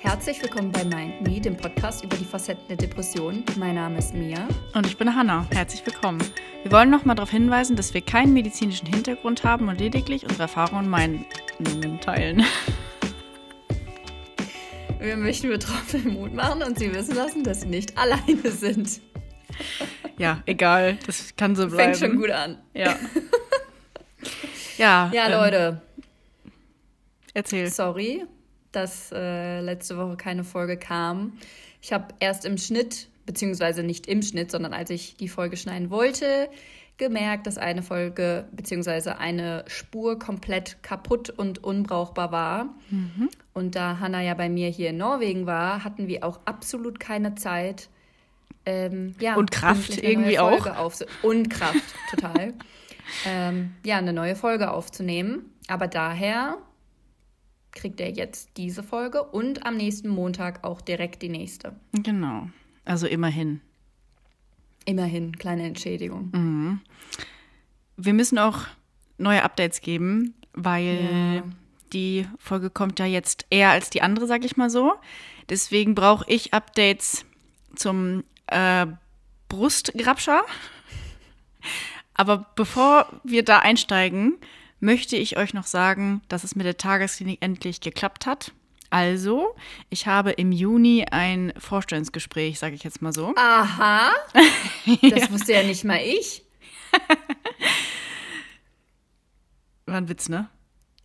Herzlich willkommen bei Mind Me, dem Podcast über die Facetten der Depression. Mein Name ist Mia. Und ich bin Hannah. Herzlich willkommen. Wir wollen nochmal darauf hinweisen, dass wir keinen medizinischen Hintergrund haben und lediglich unsere Erfahrungen und Meinungen teilen. Wir möchten Betroffene Mut machen und sie wissen lassen, dass sie nicht alleine sind. Ja, egal. Das kann so bleiben. Fängt schon gut an. Ja. Ja, Leute. Erzähl. Sorry, dass letzte Woche keine Folge kam. Ich habe erst im Schnitt, beziehungsweise nicht im Schnitt, sondern als ich die Folge schneiden wollte, gemerkt, dass eine Folge, beziehungsweise eine Spur komplett kaputt und unbrauchbar war. Mhm. Und da Hannah ja bei mir hier in Norwegen war, hatten wir auch absolut keine Zeit. Und Kraft irgendwie auch. Und Kraft, total. Eine neue Folge aufzunehmen. Aber daher kriegt er jetzt diese Folge und am nächsten Montag auch direkt die nächste. Genau, also immerhin. Immerhin, kleine Entschädigung. Mhm. Wir müssen auch neue Updates geben, weil die Folge kommt ja jetzt eher als die andere, sag ich mal so. Deswegen brauche ich Updates zum Brustgrabscher. Aber bevor wir da einsteigen, möchte ich euch noch sagen, dass es mit der Tagesklinik endlich geklappt hat. Also, ich habe im Juni ein Vorstellungsgespräch, sage ich jetzt mal so. Aha, das wusste ja nicht mal ich. War ein Witz, ne?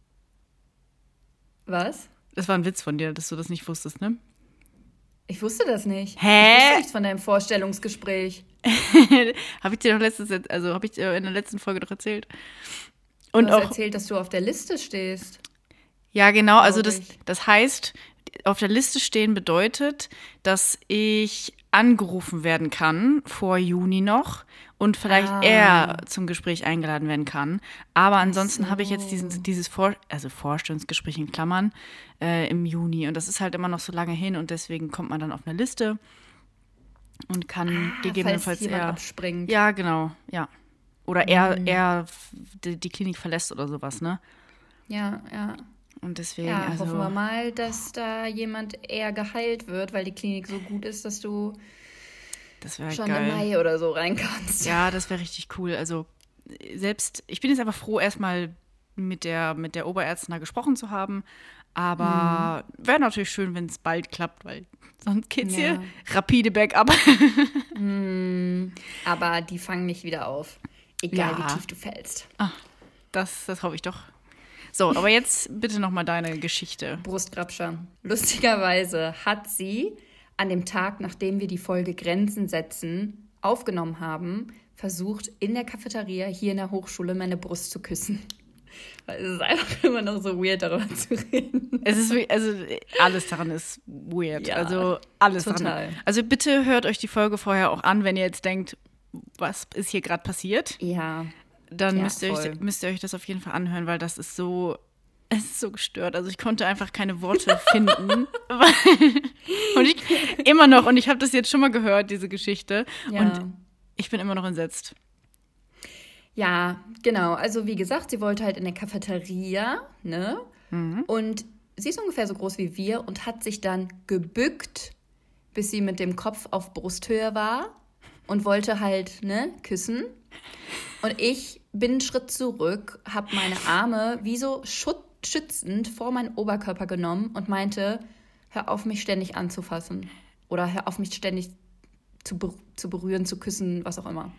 Was? Das war ein Witz von dir, dass du das nicht wusstest, ne? Ich wusste das nicht. Hä? Ich wusste nichts von deinem Vorstellungsgespräch. Habe ich dir doch habe ich dir in der letzten Folge doch erzählt. Und du hast erzählt, dass du auf der Liste stehst. Ja, genau. Also das heißt, auf der Liste stehen bedeutet, dass ich angerufen werden kann vor Juni noch und vielleicht eher zum Gespräch eingeladen werden kann. Aber ansonsten habe ich jetzt dieses Vorstellungsgespräch in Klammern im Juni. Und das ist halt immer noch so lange hin und deswegen kommt man dann auf eine Liste und kann gegebenenfalls falls jemand abspringt. Ja, genau, ja. Oder er die Klinik verlässt oder sowas, ne? Ja. Und deswegen, ja, hoffen wir mal, dass da jemand eher geheilt wird, weil die Klinik so gut ist, dass du schon geil. im Mai oder so rein kannst. Ja, das wäre richtig cool. Also ich bin jetzt einfach froh, erstmal mit der Oberärztin da gesprochen zu haben. Aber wäre natürlich schön, wenn es bald klappt, weil sonst geht's hier rapide bergab. Aber die fangen nicht wieder auf. Egal, wie tief du fällst. Ach, das hoffe ich doch. So, aber jetzt bitte nochmal deine Geschichte. Brustgrabscher. Lustigerweise hat sie an dem Tag, nachdem wir die Folge Grenzen setzen aufgenommen haben, versucht, in der Cafeteria hier in der Hochschule meine Brust zu küssen. Weil es ist einfach immer noch so weird, darüber zu reden. Es ist alles daran ist weird. Ja, alles total. Daran. Also bitte hört euch die Folge vorher auch an, wenn ihr jetzt denkt, was ist hier gerade passiert? Ja. Dann müsst ihr euch das auf jeden Fall anhören, weil es ist so gestört. Also ich konnte einfach keine Worte finden. Und ich habe das jetzt schon mal gehört, diese Geschichte. Ja. Und ich bin immer noch entsetzt. Ja, genau. Also wie gesagt, sie wollte halt in der Cafeteria, ne? Mhm. Und sie ist ungefähr so groß wie wir und hat sich dann gebückt, bis sie mit dem Kopf auf Brusthöhe war und wollte halt, ne, küssen. Und ich bin einen Schritt zurück, habe meine Arme wie so schützend vor meinen Oberkörper genommen und meinte, hör auf, mich ständig anzufassen. Oder hör auf, mich ständig zu berühren, zu küssen, was auch immer.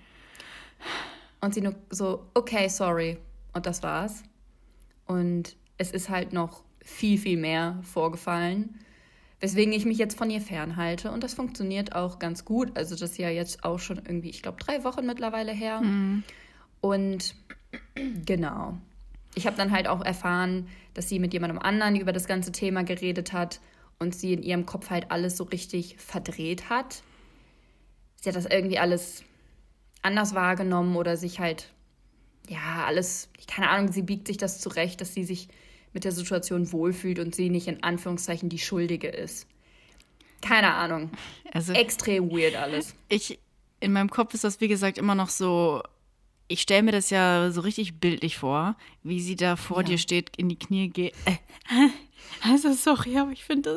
Und sie nur so, okay, sorry. Und das war's. Und es ist halt noch viel, viel mehr vorgefallen, weswegen ich mich jetzt von ihr fernhalte. Und das funktioniert auch ganz gut. Also das ist ja jetzt auch schon irgendwie, ich glaube, 3 Wochen mittlerweile her. Mhm. Und genau. Ich habe dann halt auch erfahren, dass sie mit jemandem anderen über das ganze Thema geredet hat und sie in ihrem Kopf halt alles so richtig verdreht hat. Sie hat das irgendwie alles anders wahrgenommen oder sich halt, alles, keine Ahnung, sie biegt sich das zurecht, dass sie sich mit der Situation wohlfühlt und sie nicht in Anführungszeichen die Schuldige ist. Keine Ahnung. Also, extrem weird alles. In meinem Kopf ist das, wie gesagt, immer noch so, ich stelle mir das ja so richtig bildlich vor, wie sie da vor dir steht, in die Knie geht. Also sorry, aber ich finde das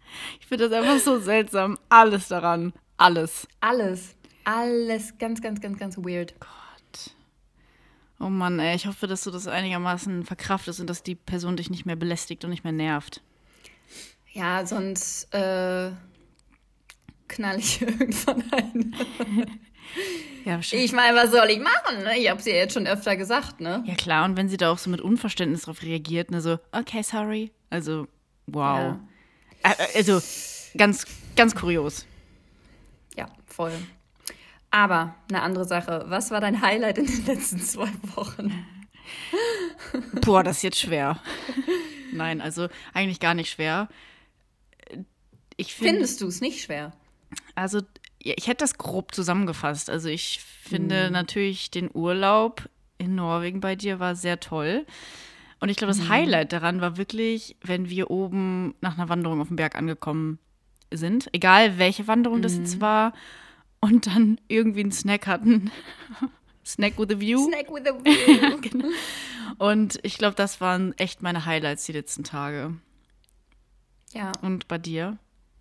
Ich finde das einfach so seltsam. Alles daran. Alles. Alles. Alles ganz, ganz, ganz, ganz weird. Gott. Oh Mann, ey. Ich hoffe, dass du das einigermaßen verkraftest und dass die Person dich nicht mehr belästigt und nicht mehr nervt. Ja, sonst knall ich irgendwann ein. Ja, ich meine, was soll ich machen? Ne? Ich habe es ja jetzt schon öfter gesagt, ne? Ja, klar. Und wenn sie da auch so mit Unverständnis drauf reagiert, ne, so, okay, sorry. Also, wow. Ja. Also, ganz, ganz kurios. Ja, voll. Aber eine andere Sache. Was war dein Highlight in den letzten 2 Wochen? Boah, das ist jetzt schwer. Nein, also eigentlich gar nicht schwer. Findest du es nicht schwer? Also, ich hätte das grob zusammengefasst. Also, ich finde natürlich den Urlaub in Norwegen bei dir war sehr toll. Und ich glaube, das Highlight daran war wirklich, wenn wir oben nach einer Wanderung auf dem Berg angekommen sind. Egal, welche Wanderung das jetzt war. Und dann irgendwie einen Snack hatten. Snack with a View. Snack with a View. Genau. Und ich glaube, das waren echt meine Highlights die letzten Tage. Ja. Und bei dir?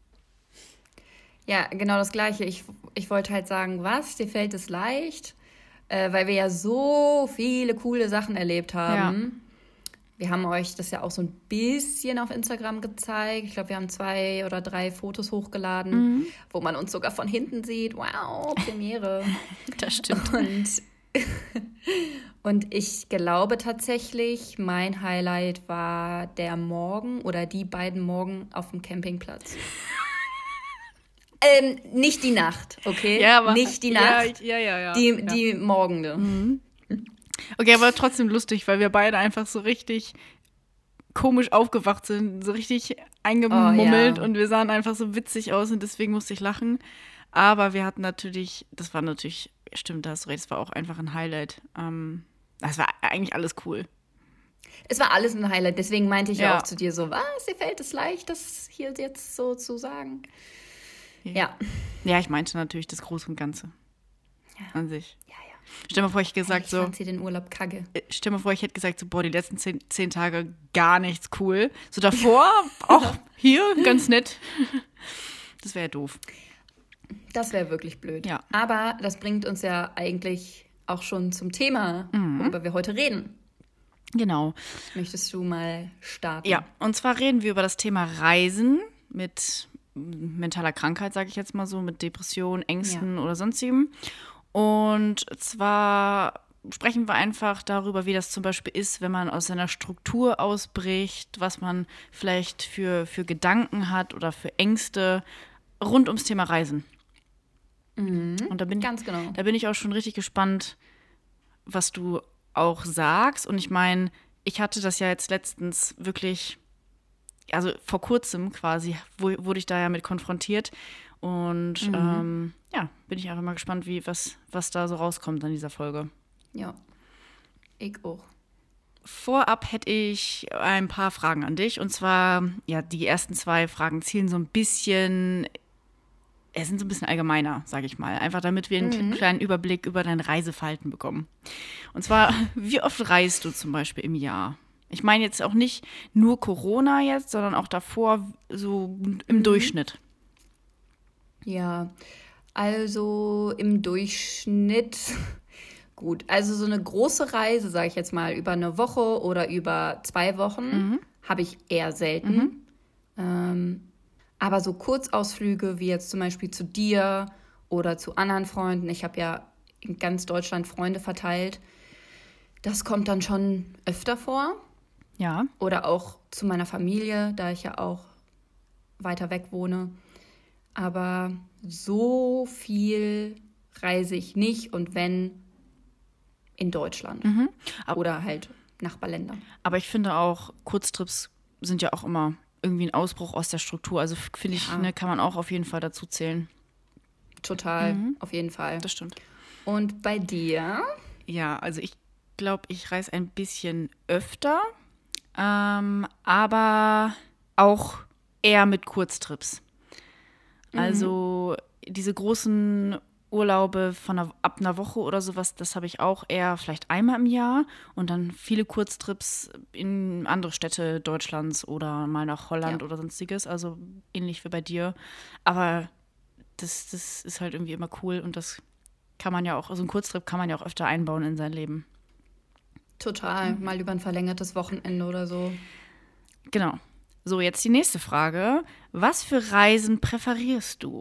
Ja, genau das Gleiche. Ich wollte halt sagen, dir fällt es leicht? Weil wir ja so viele coole Sachen erlebt haben. Ja. Wir haben euch das ja auch so ein bisschen auf Instagram gezeigt. Ich glaube, wir haben 2 oder 3 Fotos hochgeladen, wo man uns sogar von hinten sieht. Wow, Premiere. Das stimmt. Und ich glaube tatsächlich, mein Highlight war der Morgen oder die beiden Morgen auf dem Campingplatz. Nicht die Nacht, okay? Ja, aber, nicht die Nacht. Ja. Die Morgende. Mhm. Okay, aber trotzdem lustig, weil wir beide einfach so richtig komisch aufgewacht sind, so richtig eingemummelt und wir sahen einfach so witzig aus und deswegen musste ich lachen. Aber wir hatten natürlich, stimmt, da hast du recht, das war auch einfach ein Highlight. Das war eigentlich alles cool. Es war alles ein Highlight, deswegen meinte ich ja auch zu dir so, dir fällt es leicht, das hier jetzt so zu sagen? Ja. Ja, ich meinte natürlich das Große und Ganze an sich. Ja. Stell mal vor, ich fand sie den Urlaub kacke. Stell mal vor, ich hätte gesagt, so, boah, die letzten 10 Tage gar nichts cool. So davor, auch hier, ganz nett. Das wäre ja doof. Das wäre wirklich blöd. Ja. Aber das bringt uns ja eigentlich auch schon zum Thema, worüber wir heute reden. Genau. Möchtest du mal starten? Ja, und zwar reden wir über das Thema Reisen mit mentaler Krankheit, sage ich jetzt mal so, mit Depressionen, Ängsten oder sonstigem. Und zwar sprechen wir einfach darüber, wie das zum Beispiel ist, wenn man aus seiner Struktur ausbricht, was man vielleicht für Gedanken hat oder für Ängste rund ums Thema Reisen. Und ganz genau. Da bin ich auch schon richtig gespannt, was du auch sagst. Und ich meine, ich hatte das ja jetzt letztens wirklich, also vor kurzem quasi, wurde ich da ja mit konfrontiert. Und bin ich einfach mal gespannt, was da so rauskommt an dieser Folge. Ja, ich auch. Vorab hätte ich ein paar Fragen an dich. Und zwar, ja, die ersten 2 Fragen zielen so ein bisschen, sind so ein bisschen allgemeiner, sage ich mal. Einfach damit wir einen kleinen Überblick über dein Reiseverhalten bekommen. Und zwar, wie oft reist du zum Beispiel im Jahr? Ich meine jetzt auch nicht nur Corona jetzt, sondern auch davor so im Durchschnitt. Ja, also im Durchschnitt, gut, also so eine große Reise, sage ich jetzt mal, über eine Woche oder über 2 Wochen, habe ich eher selten. Aber so Kurzausflüge wie jetzt zum Beispiel zu dir oder zu anderen Freunden, ich habe ja in ganz Deutschland Freunde verteilt, das kommt dann schon öfter vor. Ja. Oder auch zu meiner Familie, da ich ja auch weiter weg wohne. Aber so viel reise ich nicht und wenn, in Deutschland. Oder halt Nachbarländer. Aber ich finde auch, Kurztrips sind ja auch immer irgendwie ein Ausbruch aus der Struktur. Also finde ich, kann man auch auf jeden Fall dazu zählen. Total, auf jeden Fall. Das stimmt. Und bei dir? Ja, also ich glaube, ich reise ein bisschen öfter, aber auch eher mit Kurztrips. Also diese großen Urlaube ab einer Woche oder sowas, das habe ich auch eher vielleicht einmal im Jahr und dann viele Kurztrips in andere Städte Deutschlands oder mal nach Holland oder sonstiges, also ähnlich wie bei dir. Aber das ist halt irgendwie immer cool und das kann man ja auch, also einen Kurztrip kann man ja auch öfter einbauen in sein Leben. Total, mal über ein verlängertes Wochenende oder so. Genau. So, jetzt die nächste Frage. Was für Reisen präferierst du?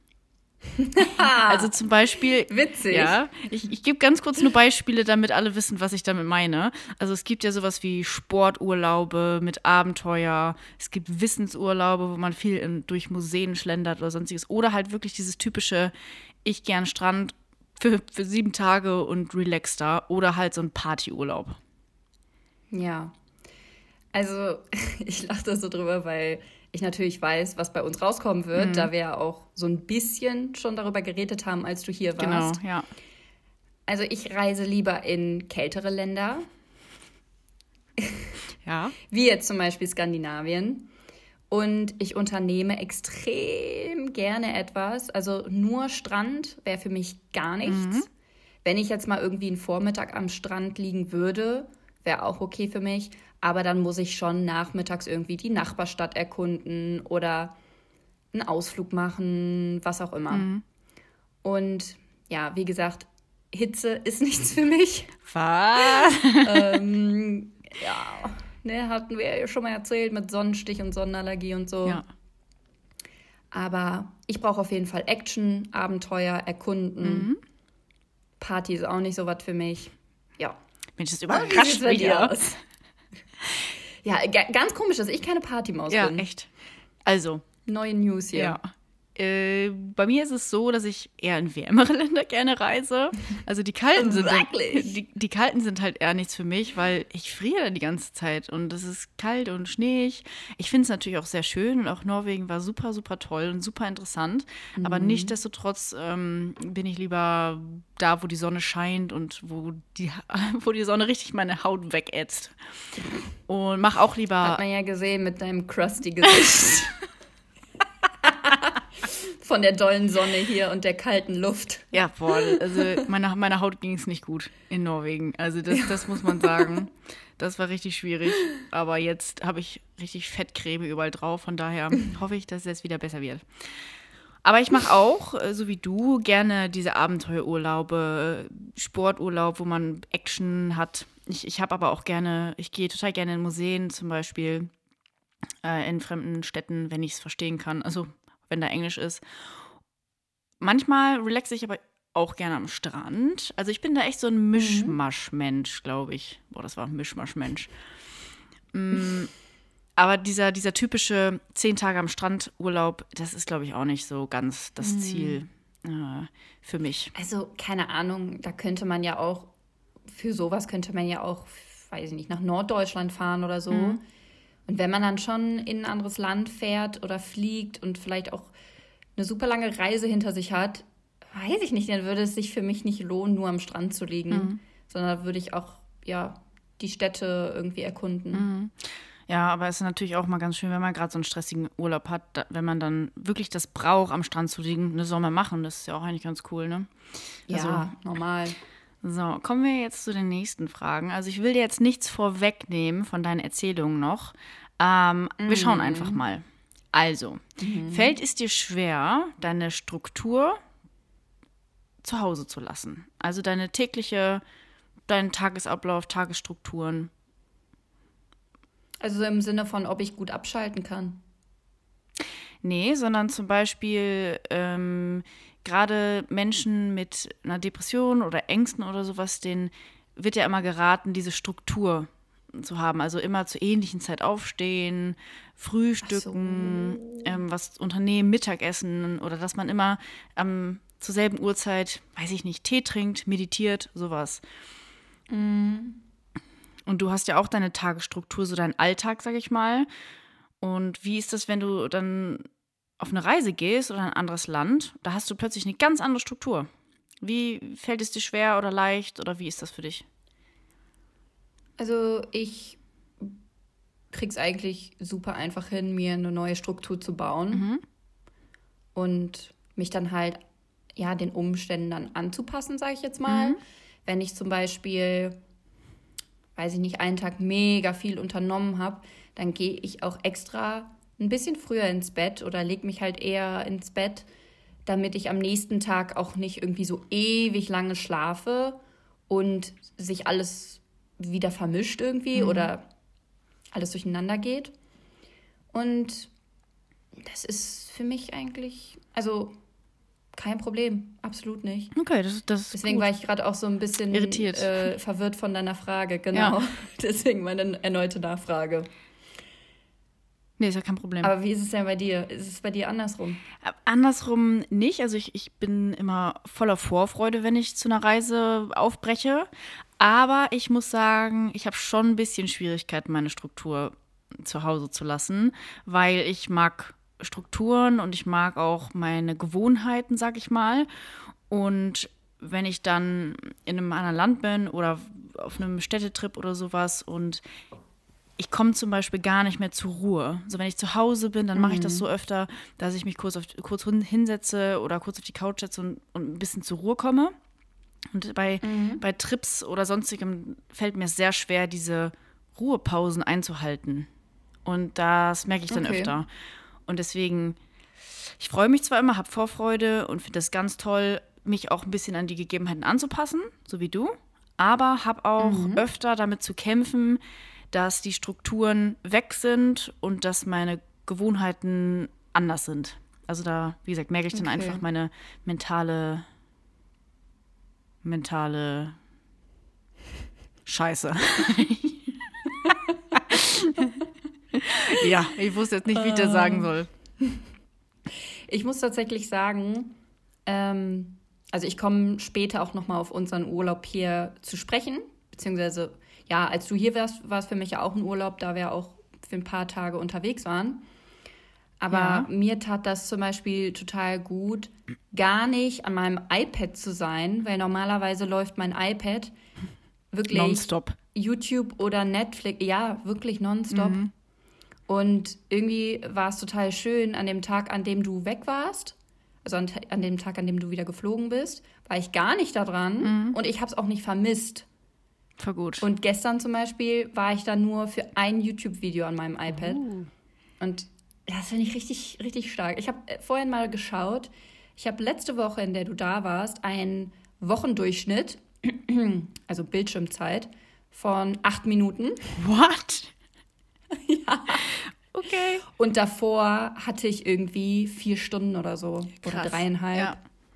Also zum Beispiel. Witzig. Ja, ich gebe ganz kurz nur Beispiele, damit alle wissen, was ich damit meine. Also es gibt ja sowas wie Sporturlaube mit Abenteuer. Es gibt Wissensurlaube, wo man viel durch Museen schlendert oder sonstiges. Oder halt wirklich dieses typische, ich gehe an den Strand für 7 Tage und relax da. Oder halt so ein Partyurlaub. Ja. Also ich lache da so drüber, weil ich natürlich weiß, was bei uns rauskommen wird, da wir ja auch so ein bisschen schon darüber geredet haben, als du hier warst. Genau, ja. Also ich reise lieber in kältere Länder. Ja. Wie jetzt zum Beispiel Skandinavien. Und ich unternehme extrem gerne etwas. Also nur Strand wäre für mich gar nichts. Wenn ich jetzt mal irgendwie einen Vormittag am Strand liegen würde, wäre auch okay für mich. Aber dann muss ich schon nachmittags irgendwie die Nachbarstadt erkunden oder einen Ausflug machen, was auch immer. Und ja, wie gesagt, Hitze ist nichts für mich. Was? Ja, ne, hatten wir ja schon mal erzählt mit Sonnenstich und Sonnenallergie und so. Ja. Aber ich brauche auf jeden Fall Action, Abenteuer, Erkunden. Party ist auch nicht so was für mich. Ja. Mensch, das Wie überrascht sieht's bei mich dir ja. aus? Ja, ganz komisch, dass ich keine Partymaus Ja, bin. echt. Also, Neue News hier. ja. Bei mir ist es so, dass ich eher in wärmere Länder gerne reise. Also die kalten sind Wirklich? die kalten sind halt eher nichts für mich, weil ich friere die ganze Zeit und es ist kalt und schneeig. Ich finde es natürlich auch sehr schön und auch Norwegen war super, super toll und super interessant. Aber nichtsdestotrotz bin ich lieber da, wo die Sonne scheint und wo die Sonne richtig meine Haut wegätzt. Und mach auch lieber. Hat man ja gesehen mit deinem crusty Gesicht. Von der dollen Sonne hier und der kalten Luft. Ja, boah, also meiner Haut ging es nicht gut in Norwegen. Also das muss man sagen. Das war richtig schwierig. Aber jetzt habe ich richtig Fettcreme überall drauf. Von daher hoffe ich, dass es jetzt wieder besser wird. Aber ich mache auch, so wie du, gerne diese Abenteuerurlaube, Sporturlaub, wo man Action hat. Ich habe aber auch gerne, ich gehe total gerne in Museen zum Beispiel, in fremden Städten, wenn ich es verstehen kann. Also wenn da Englisch ist. Manchmal relaxe ich aber auch gerne am Strand. Also ich bin da echt so ein Mischmasch-Mensch, glaube ich. Boah, das war ein Mischmasch-Mensch. Aber dieser typische 10 Tage am Strand Urlaub, das ist, glaube ich, auch nicht so ganz das Ziel für mich. Also, keine Ahnung, da könnte man ja auch, für sowas könnte man ja auch, weiß ich nicht, nach Norddeutschland fahren oder so. Und wenn man dann schon in ein anderes Land fährt oder fliegt und vielleicht auch eine super lange Reise hinter sich hat, weiß ich nicht, dann würde es sich für mich nicht lohnen, nur am Strand zu liegen, sondern würde ich auch, ja, die Städte irgendwie erkunden. Ja, aber es ist natürlich auch mal ganz schön, wenn man gerade so einen stressigen Urlaub hat, wenn man dann wirklich das braucht, am Strand zu liegen, das soll man machen. Das ist ja auch eigentlich ganz cool, ne? Ja, normal. So, kommen wir jetzt zu den nächsten Fragen. Also ich will dir jetzt nichts vorwegnehmen von deinen Erzählungen noch. Wir schauen einfach mal. Also, fällt es dir schwer, deine Struktur zu Hause zu lassen? Also deinen Tagesablauf, Tagesstrukturen. Also im Sinne von, ob ich gut abschalten kann. Nee, sondern zum Beispiel gerade Menschen mit einer Depression oder Ängsten oder sowas, denen wird ja immer geraten, diese Struktur zu haben. Also immer zur ähnlichen Zeit aufstehen, frühstücken, was unternehmen, Mittagessen oder dass man immer zur selben Uhrzeit, weiß ich nicht, Tee trinkt, meditiert, sowas. Und du hast ja auch deine Tagesstruktur, so deinen Alltag, sag ich mal. Und wie ist das, wenn du dann auf eine Reise gehst oder in ein anderes Land? Da hast du plötzlich eine ganz andere Struktur. Wie fällt es dir schwer oder leicht oder wie ist das für dich? Also ich krieg's eigentlich super einfach hin, mir eine neue Struktur zu bauen und mich dann halt ja, den Umständen dann anzupassen, sage ich jetzt mal. Wenn ich zum Beispiel, weiß ich nicht, einen Tag mega viel unternommen habe, dann gehe ich auch extra ein bisschen früher ins Bett oder lege mich halt eher ins Bett, damit ich am nächsten Tag auch nicht irgendwie so ewig lange schlafe und sich alles wieder vermischt irgendwie oder alles durcheinander geht. Und das ist für mich eigentlich, also kein Problem, absolut nicht. Okay, das Deswegen gut. war ich gerade auch so ein bisschen irritiert, verwirrt von deiner Frage, genau. Ja. Deswegen meine erneute Nachfrage. Nee, ist ja kein Problem. Aber wie ist es denn bei dir? Ist es bei dir andersrum? Andersrum nicht. Also ich bin immer voller Vorfreude, wenn ich zu einer Reise aufbreche. Aber ich muss sagen, ich habe schon ein bisschen Schwierigkeiten, meine Struktur zu Hause zu lassen, weil ich mag Strukturen und ich mag auch meine Gewohnheiten, sag ich mal. Und wenn ich dann in einem anderen Land bin oder auf einem Städtetrip oder sowas und ich komme zum Beispiel gar nicht mehr zur Ruhe. Also wenn ich zu Hause bin, dann mache ich das so öfter, dass ich mich kurz hinsetze oder kurz auf die Couch setze und ein bisschen zur Ruhe komme. Und bei Trips oder sonstigem fällt mir sehr schwer, diese Ruhepausen einzuhalten. Und das merke ich dann öfter. Und deswegen, ich freue mich zwar immer, habe Vorfreude und finde es ganz toll, mich auch ein bisschen an die Gegebenheiten anzupassen, so wie du, aber habe auch öfter damit zu kämpfen, dass die Strukturen weg sind und dass meine Gewohnheiten anders sind. Also da, wie gesagt, merke ich dann einfach meine mentale Scheiße. Ja, ich wusste jetzt nicht, wie ich das sagen soll. Ich muss tatsächlich sagen, also ich komme später auch nochmal auf unseren Urlaub hier zu sprechen, beziehungsweise, ja, als du hier warst, war es für mich ja auch ein Urlaub, da wir auch für ein paar Tage unterwegs waren. Aber mir tat das zum Beispiel total gut, gar nicht an meinem iPad zu sein, weil normalerweise läuft mein iPad wirklich nonstop. YouTube oder Netflix, ja, wirklich nonstop. Und irgendwie war es total schön, an dem Tag, an dem du weg warst, also an dem Tag, an dem du wieder geflogen bist, war ich gar nicht da dran und ich habe es auch nicht vermisst. Voll gut. Und gestern zum Beispiel war ich da nur für ein YouTube-Video an meinem iPad. Und das finde ich richtig, richtig stark. Ich habe vorhin mal geschaut, ich habe letzte Woche, in der du da warst, einen Wochendurchschnitt, also Bildschirmzeit, von 8 Minuten. What? Ja. Okay. Und davor hatte ich irgendwie 4 Stunden oder so. Krass. Oder 3,5. Ja.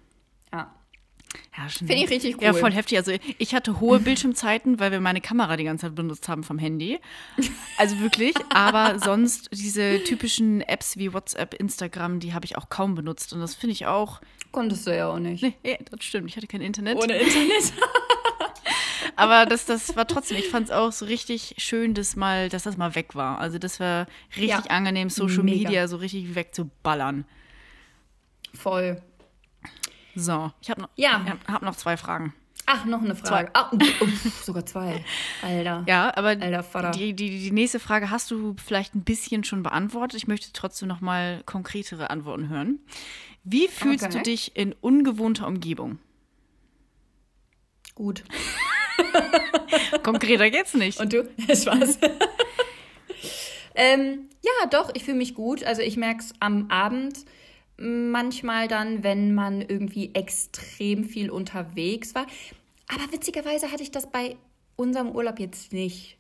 Ja, finde ich richtig cool. Ja, voll heftig. Also ich hatte hohe Bildschirmzeiten, weil wir meine Kamera die ganze Zeit benutzt haben vom Handy. Also wirklich. Aber sonst diese typischen Apps wie WhatsApp, Instagram, die habe ich auch kaum benutzt. Und das finde ich auch... Konntest du ja auch nicht. Nee, das stimmt. Ich hatte kein Internet. Ohne Internet. Aber das war trotzdem, ich fand es auch so richtig schön, dass das mal weg war. Also das war richtig angenehm, Social Media so richtig wegzuballern. Voll. So, ich habe hab noch 2 Fragen. Ach, noch eine Frage. Sogar 2. Alter. Ja, aber Alter Vater. Die nächste Frage hast du vielleicht ein bisschen schon beantwortet. Ich möchte trotzdem noch mal konkretere Antworten hören. Wie fühlst du dich in ungewohnter Umgebung? Gut. Konkreter geht's nicht. Und du? Spaß. Ja, doch, ich fühle mich gut. Also ich merke es am Abend manchmal dann, wenn man irgendwie extrem viel unterwegs war. Aber witzigerweise hatte ich das bei unserem Urlaub jetzt nicht.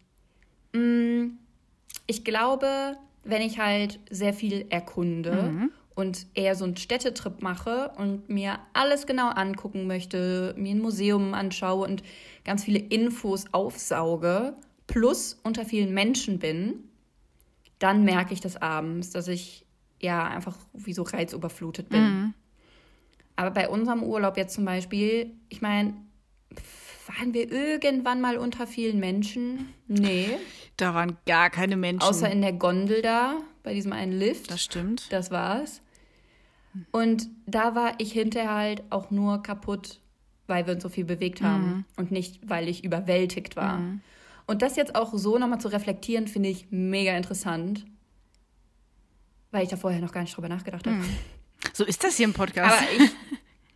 Ich glaube, wenn ich halt sehr viel erkunde und eher so einen Städtetrip mache und mir alles genau angucken möchte, mir ein Museum anschaue und ganz viele Infos aufsauge, plus unter vielen Menschen bin, dann merke ich das abends, dass ich ja einfach wie so reizüberflutet bin. Aber bei unserem Urlaub jetzt zum Beispiel, ich meine, waren wir irgendwann mal unter vielen Menschen? Nee. Da waren gar keine Menschen. Außer in der Gondel da, bei diesem einen Lift. Das stimmt. Das war's. Und da war ich hinterher halt auch nur kaputt, weil wir uns so viel bewegt haben und nicht, weil ich überwältigt war. Und das jetzt auch so nochmal zu reflektieren, finde ich mega interessant, weil ich da vorher noch gar nicht drüber nachgedacht habe. So ist das hier im Podcast. Aber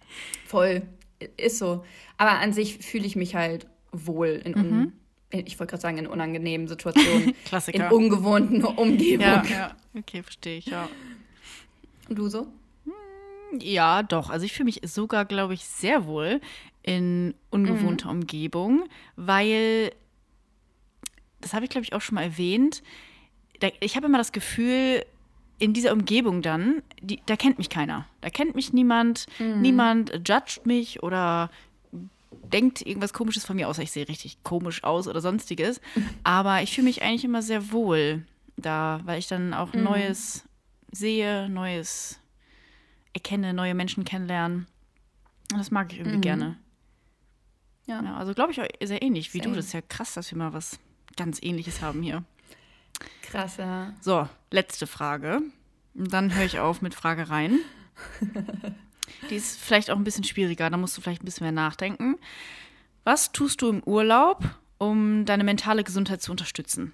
Voll, ist so. Aber an sich fühle ich mich halt wohl ich wollte gerade sagen, in unangenehmen Situationen. Klassiker. In ungewohnten Umgebungen. Ja, okay, verstehe ich, ja. Und du so? Ja, doch. Also ich fühle mich sogar, glaube ich, sehr wohl in ungewohnter Umgebung, weil, das habe ich, glaube ich, auch schon mal erwähnt, ich habe immer das Gefühl, in dieser Umgebung dann, da kennt mich keiner. Da kennt mich niemand, niemand judgt mich oder denkt irgendwas Komisches von mir, außer ich sehe richtig komisch aus oder sonstiges. Aber ich fühle mich eigentlich immer sehr wohl da, weil ich dann auch Neues sehe, Neues erkenne, neue Menschen kennenlernen. Und das mag ich irgendwie gerne. Ja, also glaube ich auch sehr ähnlich wie du. Das ist ja krass, dass wir mal was ganz Ähnliches haben hier. Krass, ja. So, letzte Frage. Und dann höre ich auf mit Fragereien. Die ist vielleicht auch ein bisschen schwieriger, da musst du vielleicht ein bisschen mehr nachdenken. Was tust du im Urlaub, um deine mentale Gesundheit zu unterstützen?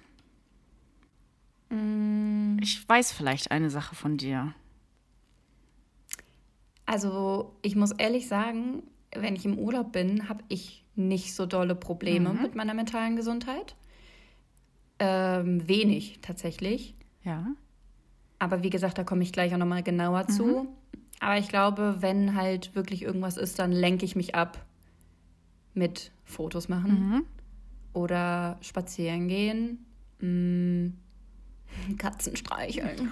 Ich weiß vielleicht eine Sache von dir. Also, ich muss ehrlich sagen, wenn ich im Urlaub bin, habe ich nicht so dolle Probleme mit meiner mentalen Gesundheit. Wenig tatsächlich. Ja. Aber wie gesagt, da komme ich gleich auch nochmal genauer zu. Aber ich glaube, wenn halt wirklich irgendwas ist, dann lenke ich mich ab mit Fotos machen oder spazieren gehen, Katzen streicheln.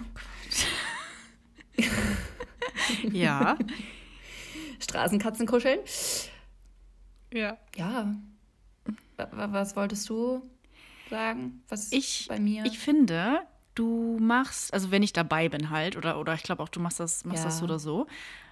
Ja. Straßenkatzen kuscheln. Ja. Ja. Was wolltest du sagen? Was bei mir? Ich finde, du machst, also wenn ich dabei bin halt, oder ich glaube auch, du machst das so oder so,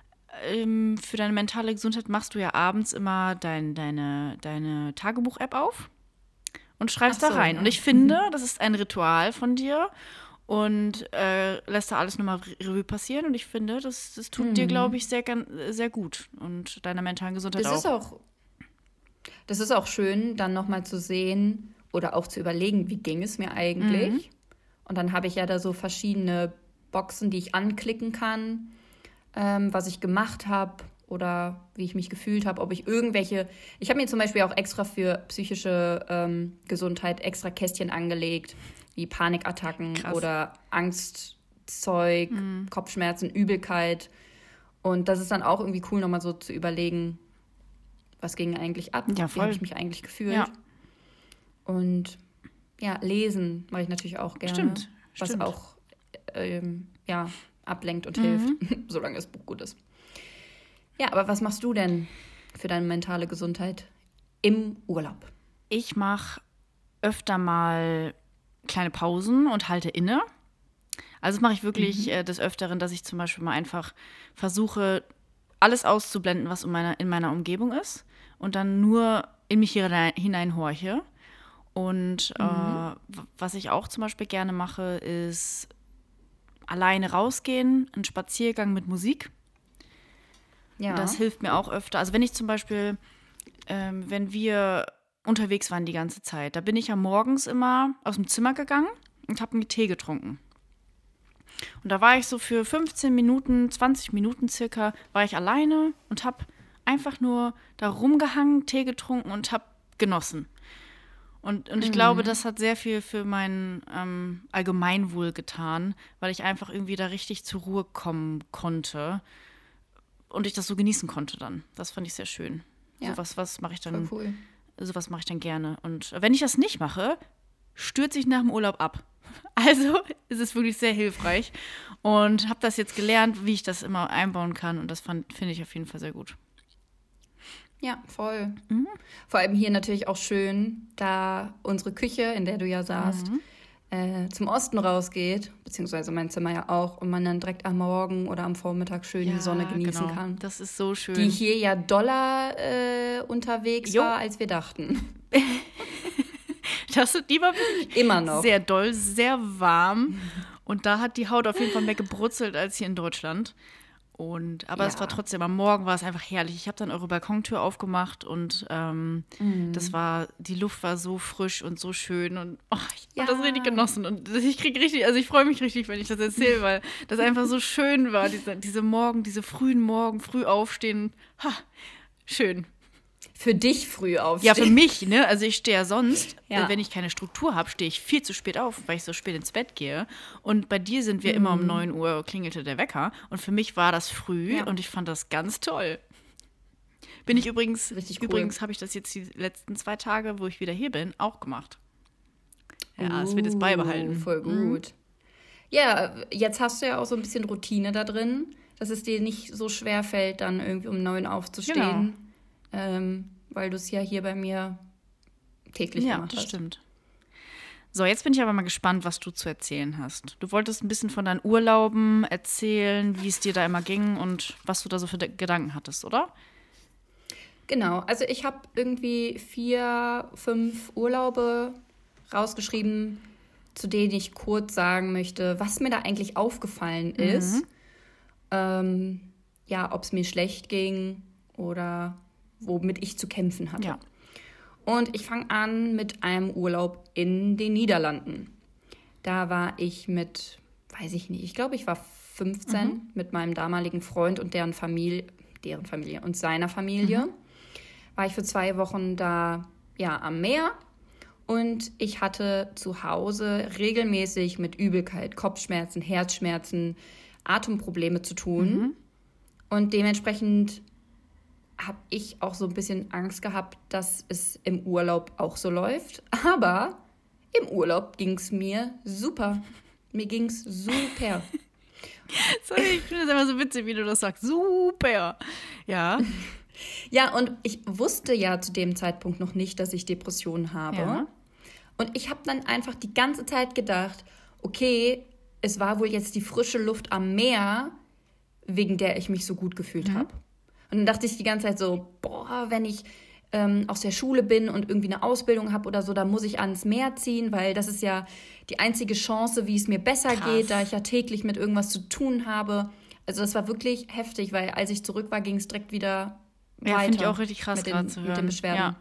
für deine mentale Gesundheit machst du ja abends immer deine Tagebuch-App auf und schreibst da rein. Ja. Und ich finde, das ist ein Ritual von dir und lässt da alles nochmal Revue passieren. Und ich finde, das tut dir, glaube ich, sehr, sehr gut und deiner mentalen Gesundheit auch. Das ist auch schön, dann nochmal zu sehen oder auch zu überlegen, wie ging es mir eigentlich? Und dann habe ich ja da so verschiedene Boxen, die ich anklicken kann, was ich gemacht habe oder wie ich mich gefühlt habe, ob ich ich habe mir zum Beispiel auch extra für psychische Gesundheit extra Kästchen angelegt, wie Panikattacken oder Angstzeug, Kopfschmerzen, Übelkeit. Und das ist dann auch irgendwie cool, nochmal so zu überlegen, was ging eigentlich ab, ja, wie habe ich mich eigentlich gefühlt. Ja. Und ja, lesen mache ich natürlich auch gerne, was auch ablenkt und hilft, solange das Buch gut ist. Ja, aber was machst du denn für deine mentale Gesundheit im Urlaub? Ich mache öfter mal kleine Pausen und halte inne. Also das mache ich wirklich des Öfteren, dass ich zum Beispiel mal einfach versuche, alles auszublenden, was in meiner Umgebung ist und dann nur in mich hinein horche. Und was ich auch zum Beispiel gerne mache, ist alleine rausgehen, einen Spaziergang mit Musik. Ja. Das hilft mir auch öfter. Also wenn ich zum Beispiel, wenn wir unterwegs waren die ganze Zeit, da bin ich ja morgens immer aus dem Zimmer gegangen und habe einen Tee getrunken. Und da war ich so für 15 Minuten, 20 Minuten circa, war ich alleine und habe einfach nur da rumgehangen, Tee getrunken und habe genossen. Und ich glaube, das hat sehr viel für mein Allgemeinwohl getan, weil ich einfach irgendwie da richtig zur Ruhe kommen konnte und ich das so genießen konnte dann. Das fand ich sehr schön. Ja. Was mache ich dann? Voll cool. Sowas mache ich dann gerne. Und wenn ich das nicht mache, stürze ich nach dem Urlaub ab. Also ist es wirklich sehr hilfreich und habe das jetzt gelernt, wie ich das immer einbauen kann und das finde ich auf jeden Fall sehr gut. Ja, voll. Vor allem hier natürlich auch schön, da unsere Küche, in der du ja saßt, zum Osten rausgeht, beziehungsweise mein Zimmer ja auch, und man dann direkt am Morgen oder am Vormittag schön die Sonne genießen kann. Das ist so schön. Die hier ja doller unterwegs war, als wir dachten. Die war wirklich immer noch sehr doll, sehr warm. Und da hat die Haut auf jeden Fall mehr gebrutzelt als hier in Deutschland. Aber es war trotzdem, am Morgen war es einfach herrlich. Ich habe dann eure Balkontür aufgemacht und die Luft war so frisch und so schön und ich habe das richtig genossen. Und ich freue mich richtig, wenn ich das erzähle, weil das einfach so schön war, diese frühen Morgen, früh aufstehen. Schön. Für dich früh aufstehen. Ja, für mich, ne? Also ich stehe ja sonst, wenn ich keine Struktur habe, stehe ich viel zu spät auf, weil ich so spät ins Bett gehe. Und bei dir sind wir immer um 9 Uhr, klingelte der Wecker. Und für mich war das früh und ich fand das ganz toll. Bin ich übrigens habe ich das jetzt die letzten 2 Tage, wo ich wieder hier bin, auch gemacht. Ja, es wird jetzt beibehalten. Voll gut. Ja, jetzt hast du ja auch so ein bisschen Routine da drin, dass es dir nicht so schwer fällt, dann irgendwie um 9 aufzustehen. Genau. Weil du es ja hier bei mir täglich gemacht hast. Ja, das stimmt. So, jetzt bin ich aber mal gespannt, was du zu erzählen hast. Du wolltest ein bisschen von deinen Urlauben erzählen, wie es dir da immer ging und was du da so für Gedanken hattest, oder? Genau, also ich habe irgendwie 4, 5 Urlaube rausgeschrieben, zu denen ich kurz sagen möchte, was mir da eigentlich aufgefallen ist. Ob es mir schlecht ging oder womit ich zu kämpfen hatte. Ja. Und ich fange an mit einem Urlaub in den Niederlanden. Da war ich mit, weiß ich nicht, ich glaube, ich war 15 mit meinem damaligen Freund und deren Familie und seiner Familie. War ich für 2 Wochen da, am Meer. Und ich hatte zu Hause regelmäßig mit Übelkeit, Kopfschmerzen, Herzschmerzen, Atemprobleme zu tun. Und dementsprechend habe ich auch so ein bisschen Angst gehabt, dass es im Urlaub auch so läuft. Aber im Urlaub ging es mir super. Mir ging es super. Sorry, ich finde es immer so witzig, wie du das sagst. Super. Ja. Ja, und ich wusste ja zu dem Zeitpunkt noch nicht, dass ich Depressionen habe. Ja. Und ich habe dann einfach die ganze Zeit gedacht, okay, es war wohl jetzt die frische Luft am Meer, wegen der ich mich so gut gefühlt habe. Und dann dachte ich die ganze Zeit so, wenn ich aus der Schule bin und irgendwie eine Ausbildung habe oder so, dann muss ich ans Meer ziehen, weil das ist ja die einzige Chance, wie es mir besser geht, da ich ja täglich mit irgendwas zu tun habe. Also das war wirklich heftig, weil als ich zurück war, ging es direkt wieder weiter. Finde ich auch richtig krass gerade zu hören. Mit den Beschwerden. Ja.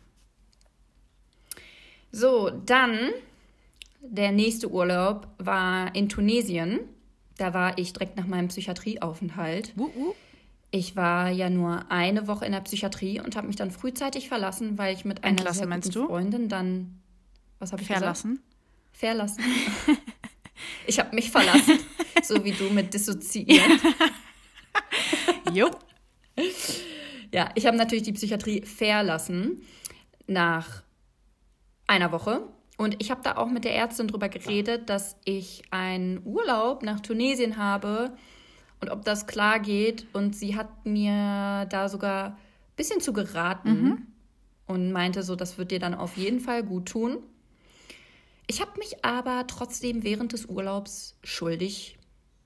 So, dann der nächste Urlaub war in Tunesien. Da war ich direkt nach meinem Psychiatrieaufenthalt. Ich war ja nur eine Woche in der Psychiatrie und habe mich dann frühzeitig verlassen, weil ich mit einer sehr guten Freundin dann... Was habe ich Verlassen? Verlassen. Ich habe mich verlassen, so wie du mit dissoziiert. Jo. Ja, ich habe natürlich die Psychiatrie verlassen nach einer Woche. Und ich habe da auch mit der Ärztin drüber geredet, dass ich einen Urlaub nach Tunesien habe und ob das klar geht. Und sie hat mir da sogar ein bisschen zu geraten und meinte so, das wird dir dann auf jeden Fall gut tun. Ich habe mich aber trotzdem während des Urlaubs schlecht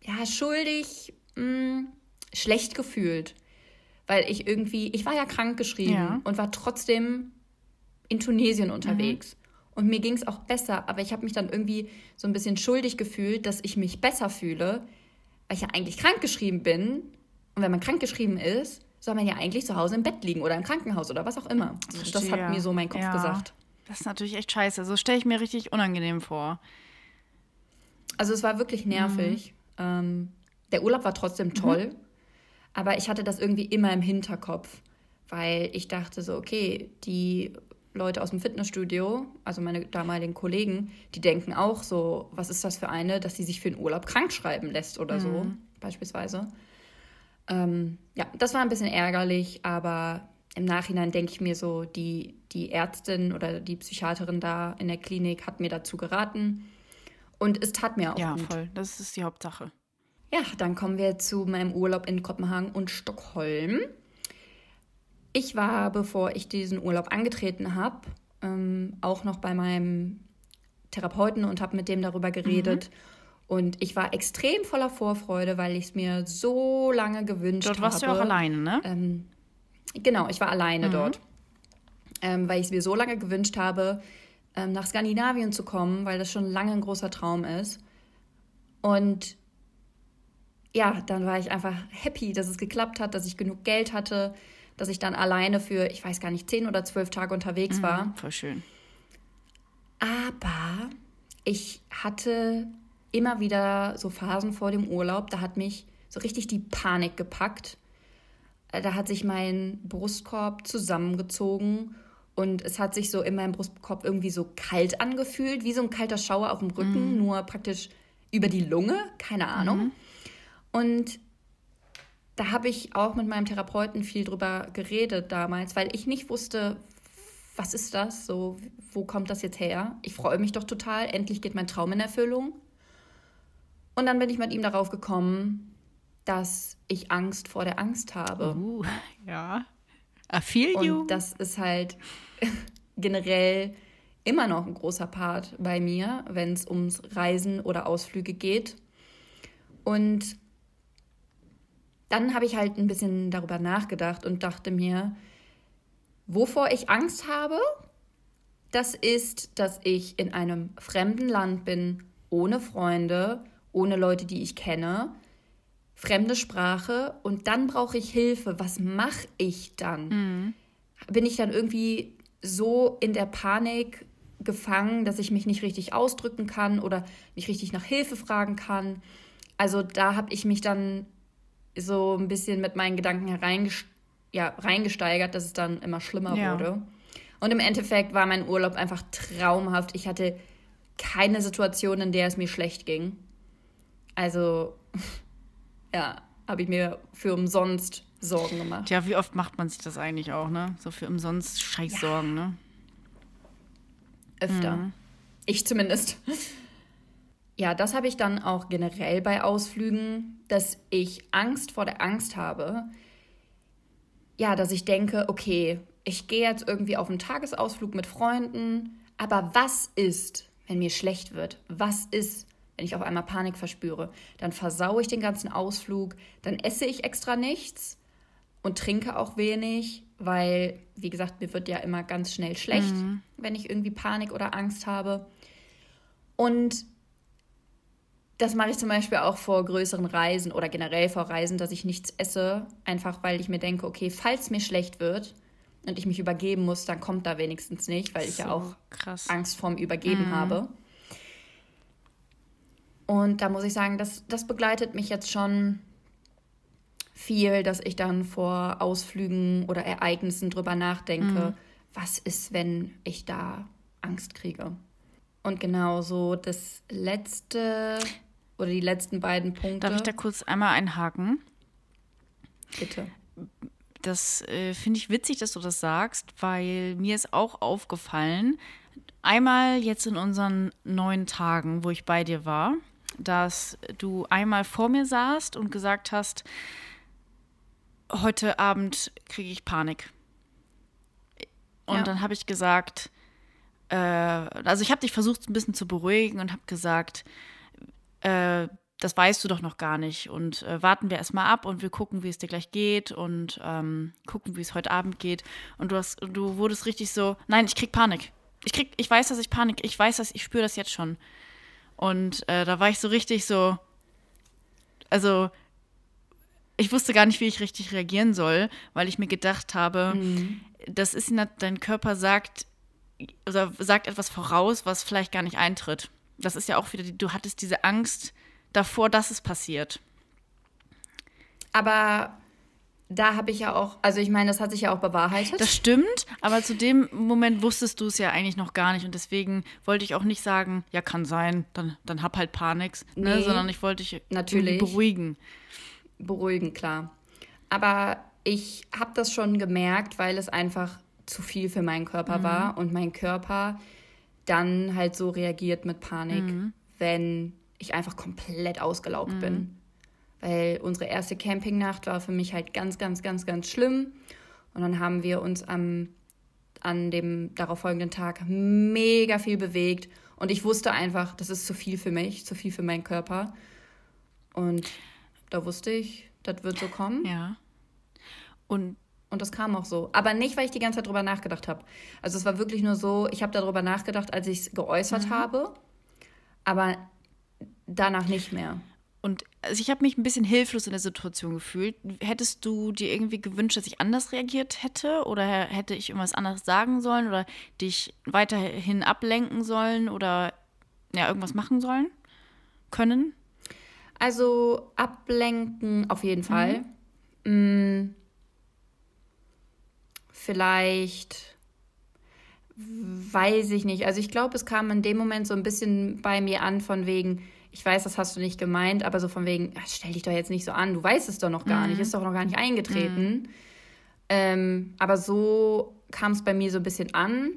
gefühlt. Weil ich war ja krankgeschrieben und war trotzdem in Tunesien unterwegs. Und mir ging es auch besser, aber ich habe mich dann irgendwie so ein bisschen schuldig gefühlt, dass ich mich besser fühle, weil ich ja eigentlich krankgeschrieben bin. Und wenn man krankgeschrieben ist, soll man ja eigentlich zu Hause im Bett liegen oder im Krankenhaus oder was auch immer. Das hat mir so mein Kopf gesagt. Das ist natürlich echt scheiße. So stelle ich mir richtig unangenehm vor. Also es war wirklich nervig. Der Urlaub war trotzdem toll, aber ich hatte das irgendwie immer im Hinterkopf, weil ich dachte so, okay, die Leute aus dem Fitnessstudio, also meine damaligen Kollegen, die denken auch so, was ist das für eine, dass sie sich für den Urlaub krank schreiben lässt oder so, beispielsweise. Das war ein bisschen ärgerlich, aber im Nachhinein denke ich mir so, die Ärztin oder die Psychiaterin da in der Klinik hat mir dazu geraten und es tat mir auch gut. Ja, voll, das ist die Hauptsache. Ja, dann kommen wir zu meinem Urlaub in Kopenhagen und Stockholm. Ich war, bevor ich diesen Urlaub angetreten habe, auch noch bei meinem Therapeuten und habe mit dem darüber geredet. Und ich war extrem voller Vorfreude, weil ich es mir so lange gewünscht habe. Dort warst du auch alleine, ne? Genau, ich war alleine dort. Weil ich es mir so lange gewünscht habe, nach Skandinavien zu kommen, weil das schon lange ein großer Traum ist. Und ja, dann war ich einfach happy, dass es geklappt hat, dass ich genug Geld hatte, dass ich dann alleine für, ich weiß gar nicht, 10 oder 12 Tage unterwegs war. Voll schön. Aber ich hatte immer wieder so Phasen vor dem Urlaub, da hat mich so richtig die Panik gepackt. Da hat sich mein Brustkorb zusammengezogen und es hat sich so in meinem Brustkorb irgendwie so kalt angefühlt, wie so ein kalter Schauer auf dem Rücken, nur praktisch über die Lunge, keine Ahnung. Und da habe ich auch mit meinem Therapeuten viel drüber geredet damals, weil ich nicht wusste, was ist das? So, wo kommt das jetzt her? Ich freue mich doch total, endlich geht mein Traum in Erfüllung. Und dann bin ich mit ihm darauf gekommen, dass ich Angst vor der Angst habe. Ja. I feel you. Und das ist halt generell immer noch ein großer Part bei mir, wenn es ums Reisen oder Ausflüge geht. Und dann habe ich halt ein bisschen darüber nachgedacht und dachte mir, wovor ich Angst habe, das ist, dass ich in einem fremden Land bin, ohne Freunde, ohne Leute, die ich kenne, fremde Sprache und dann brauche ich Hilfe. Was mache ich dann? Bin ich dann irgendwie so in der Panik gefangen, dass ich mich nicht richtig ausdrücken kann oder nicht richtig nach Hilfe fragen kann? Also da habe ich mich dann so ein bisschen mit meinen Gedanken reingesteigert, dass es dann immer schlimmer wurde. Und im Endeffekt war mein Urlaub einfach traumhaft. Ich hatte keine Situation, in der es mir schlecht ging. Also, ja, habe ich mir für umsonst Sorgen gemacht. Ja, wie oft macht man sich das eigentlich auch, ne? So für umsonst Scheißsorgen, ne? Öfter. Ich zumindest. Ja, das habe ich dann auch generell bei Ausflügen, dass ich Angst vor der Angst habe. Ja, dass ich denke, okay, ich gehe jetzt irgendwie auf einen Tagesausflug mit Freunden, aber was ist, wenn mir schlecht wird? Was ist, wenn ich auf einmal Panik verspüre? Dann versaue ich den ganzen Ausflug, dann esse ich extra nichts und trinke auch wenig, weil, wie gesagt, mir wird ja immer ganz schnell schlecht, wenn ich irgendwie Panik oder Angst habe. Und das mache ich zum Beispiel auch vor größeren Reisen oder generell vor Reisen, dass ich nichts esse, einfach weil ich mir denke, okay, falls mir schlecht wird und ich mich übergeben muss, dann kommt da wenigstens nicht, weil ich ja auch Angst vorm Übergeben habe. Und da muss ich sagen, das begleitet mich jetzt schon viel, dass ich dann vor Ausflügen oder Ereignissen drüber nachdenke, was ist, wenn ich da Angst kriege. Und genau so das letzte oder die letzten beiden Punkte. Darf ich da kurz einmal einhaken? Bitte. Das finde ich witzig, dass du das sagst, weil mir ist auch aufgefallen, einmal jetzt in unseren 9 Tagen, wo ich bei dir war, dass du einmal vor mir saßt und gesagt hast, heute Abend kriege ich Panik. Und dann habe ich gesagt, also ich habe dich versucht, ein bisschen zu beruhigen und habe gesagt, das weißt du doch noch gar nicht und warten wir erstmal ab und wir gucken, wie es dir gleich geht und gucken, wie es heute Abend geht. Und du wurdest richtig so, nein, ich krieg Panik. Ich weiß, dass ich Panik, ich spüre das jetzt schon. Und da war ich so richtig so, also ich wusste gar nicht, wie ich richtig reagieren soll, weil ich mir gedacht habe, das ist, dein Körper sagt etwas voraus, was vielleicht gar nicht eintritt. Das ist ja auch wieder, du hattest diese Angst davor, dass es passiert. Aber da habe ich ja auch, also ich meine, das hat sich ja auch bewahrheitet. Das stimmt, aber zu dem Moment wusstest du es ja eigentlich noch gar nicht und deswegen wollte ich auch nicht sagen, ja, kann sein, dann hab halt Panik, ne? Sondern ich wollte dich natürlich beruhigen. Beruhigen, klar. Aber ich habe das schon gemerkt, weil es einfach zu viel für meinen Körper war und mein Körper dann halt so reagiert mit Panik, wenn ich einfach komplett ausgelaugt bin. Weil unsere erste Campingnacht war für mich halt ganz, ganz, ganz, ganz schlimm. Und dann haben wir uns an dem darauffolgenden Tag mega viel bewegt. Und ich wusste einfach, das ist zu viel für mich, zu viel für meinen Körper. Und da wusste ich, das wird so kommen. Ja. Und das kam auch so. Aber nicht, weil ich die ganze Zeit drüber nachgedacht habe. Also es war wirklich nur so, ich habe darüber nachgedacht, als ich es geäußert habe. Aber danach nicht mehr. Und also ich habe mich ein bisschen hilflos in der Situation gefühlt. Hättest du dir irgendwie gewünscht, dass ich anders reagiert hätte? Oder hätte ich irgendwas anderes sagen sollen? Oder dich weiterhin ablenken sollen? Oder ja, irgendwas machen sollen? Können? Also ablenken auf jeden Fall. Vielleicht, weiß ich nicht. Also ich glaube, es kam in dem Moment so ein bisschen bei mir an von wegen, ich weiß, das hast du nicht gemeint, aber so von wegen, stell dich doch jetzt nicht so an, du weißt es doch noch gar nicht, ist doch noch gar nicht eingetreten. Aber so kam es bei mir so ein bisschen an.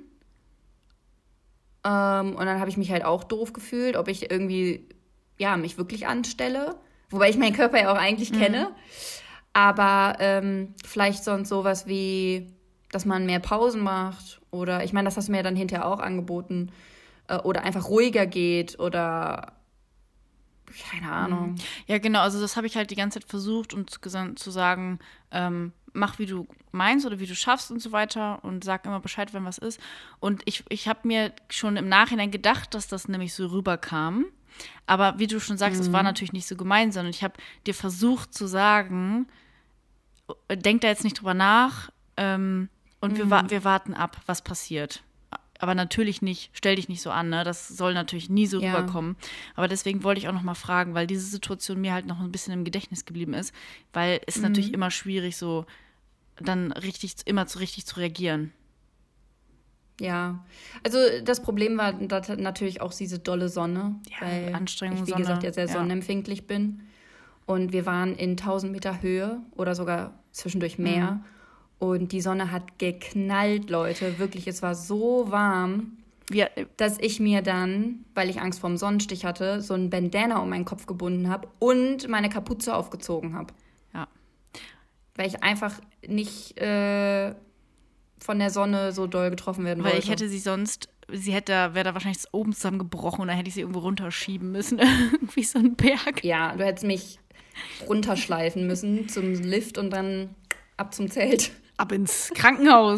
Und dann habe ich mich halt auch doof gefühlt, ob ich irgendwie, ja, mich wirklich anstelle. Wobei ich meinen Körper ja auch eigentlich kenne. Aber vielleicht sonst sowas wie, dass man mehr Pausen macht. Oder, ich meine, das hast du mir ja dann hinterher auch angeboten. Oder einfach ruhiger geht oder keine Ahnung. Ja, genau, also das habe ich halt die ganze Zeit versucht und zu sagen, mach, wie du meinst oder wie du schaffst und so weiter und sag immer Bescheid, wenn was ist. Und ich habe mir schon im Nachhinein gedacht, dass das nämlich so rüberkam. Aber wie du schon sagst, das war natürlich nicht so gemeint, sondern ich habe dir versucht zu sagen, denk da jetzt nicht drüber nach und wir warten ab, was passiert. Aber natürlich nicht, stell dich nicht so an, ne? Das soll natürlich nie so rüberkommen. Aber deswegen wollte ich auch noch mal fragen, weil diese Situation mir halt noch ein bisschen im Gedächtnis geblieben ist, weil es natürlich immer schwierig so dann richtig zu reagieren. Ja, also das Problem war natürlich auch diese dolle Sonne, weil Anstrengung, ich, wie Sonne, gesagt, ja sehr sonnenempfindlich bin. Und wir waren in 1000 Meter Höhe oder sogar zwischendurch mehr. Und die Sonne hat geknallt, Leute. Wirklich, es war so warm, dass ich mir dann, weil ich Angst vorm Sonnenstich hatte, so ein Bandana um meinen Kopf gebunden habe und meine Kapuze aufgezogen habe. Ja. Weil ich einfach nicht von der Sonne so doll getroffen werden wollte. Weil ich hätte wäre da wahrscheinlich oben zusammengebrochen und dann hätte ich sie irgendwo runterschieben müssen. Irgendwie so ein Berg. Ja, du hättest mich runterschleifen müssen zum Lift und dann ab zum Zelt. Ab ins Krankenhaus.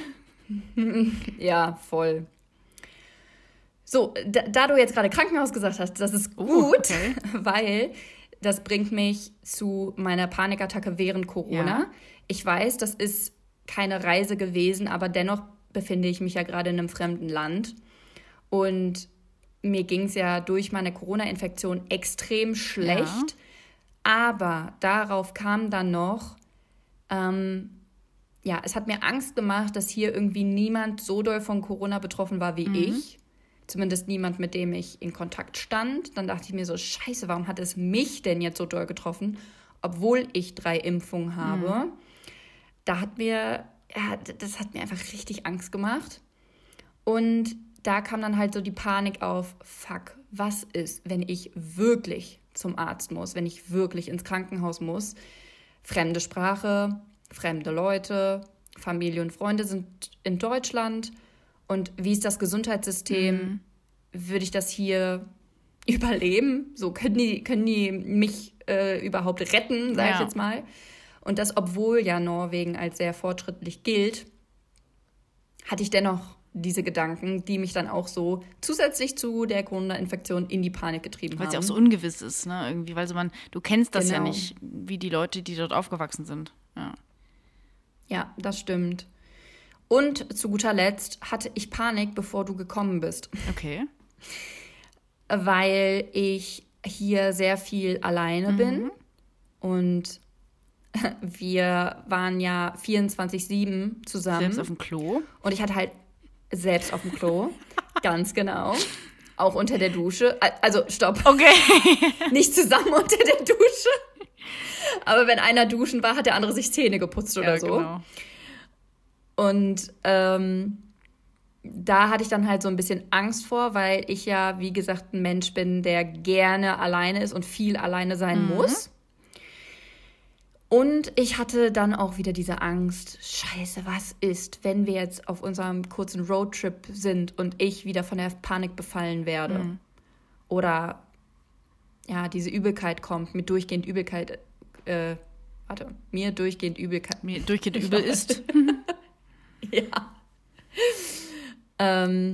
Ja, voll. So, da du jetzt gerade Krankenhaus gesagt hast, das ist gut, okay. Weil das bringt mich zu meiner Panikattacke während Corona. Ja. Ich weiß, das ist keine Reise gewesen, aber dennoch befinde ich mich ja gerade in einem fremden Land. Und mir ging es ja durch meine Corona-Infektion extrem schlecht. Ja. Aber darauf kam dann noch, es hat mir Angst gemacht, dass hier irgendwie niemand so doll von Corona betroffen war wie ich. Zumindest niemand, mit dem ich in Kontakt stand. Dann dachte ich mir so, scheiße, warum hat es mich denn jetzt so doll getroffen, obwohl ich 3 Impfungen habe? Das hat mir einfach richtig Angst gemacht. Und da kam dann halt so die Panik auf, fuck, was ist, wenn ich wirklich zum Arzt muss, wenn ich wirklich ins Krankenhaus muss? Fremde Sprache, fremde Leute, Familie und Freunde sind in Deutschland. Und wie ist das Gesundheitssystem? Würde ich das hier überleben? So, können die mich überhaupt retten, sage ich jetzt mal? Und das, obwohl ja Norwegen als sehr fortschrittlich gilt, hatte ich dennoch diese Gedanken, die mich dann auch so zusätzlich zu der Corona-Infektion in die Panik getrieben haben. Weil es ja auch so ungewiss ist, ne? Irgendwie, weil du kennst das ja nicht, wie die Leute, die dort aufgewachsen sind. Ja, das stimmt. Und zu guter Letzt hatte ich Panik, bevor du gekommen bist. Okay. Weil ich hier sehr viel alleine bin. Und wir waren ja 24/7 zusammen. Selbst auf dem Klo. Und ich hatte halt selbst auf dem Klo. Ganz genau. Auch unter der Dusche. Also, stopp. Okay. Nicht zusammen unter der Dusche. Aber wenn einer duschen war, hat der andere sich Zähne geputzt oder so. Genau. Und da hatte ich dann halt so ein bisschen Angst vor, weil ich ja, wie gesagt, ein Mensch bin, der gerne alleine ist und viel alleine sein muss. Und ich hatte dann auch wieder diese Angst, scheiße, was ist, wenn wir jetzt auf unserem kurzen Roadtrip sind und ich wieder von der Panik befallen werde? Oder ja, diese Übelkeit kommt, mit durchgehend Übelkeit, mir durchgehend Übelkeit. Mir durchgehend übel ist. Ja.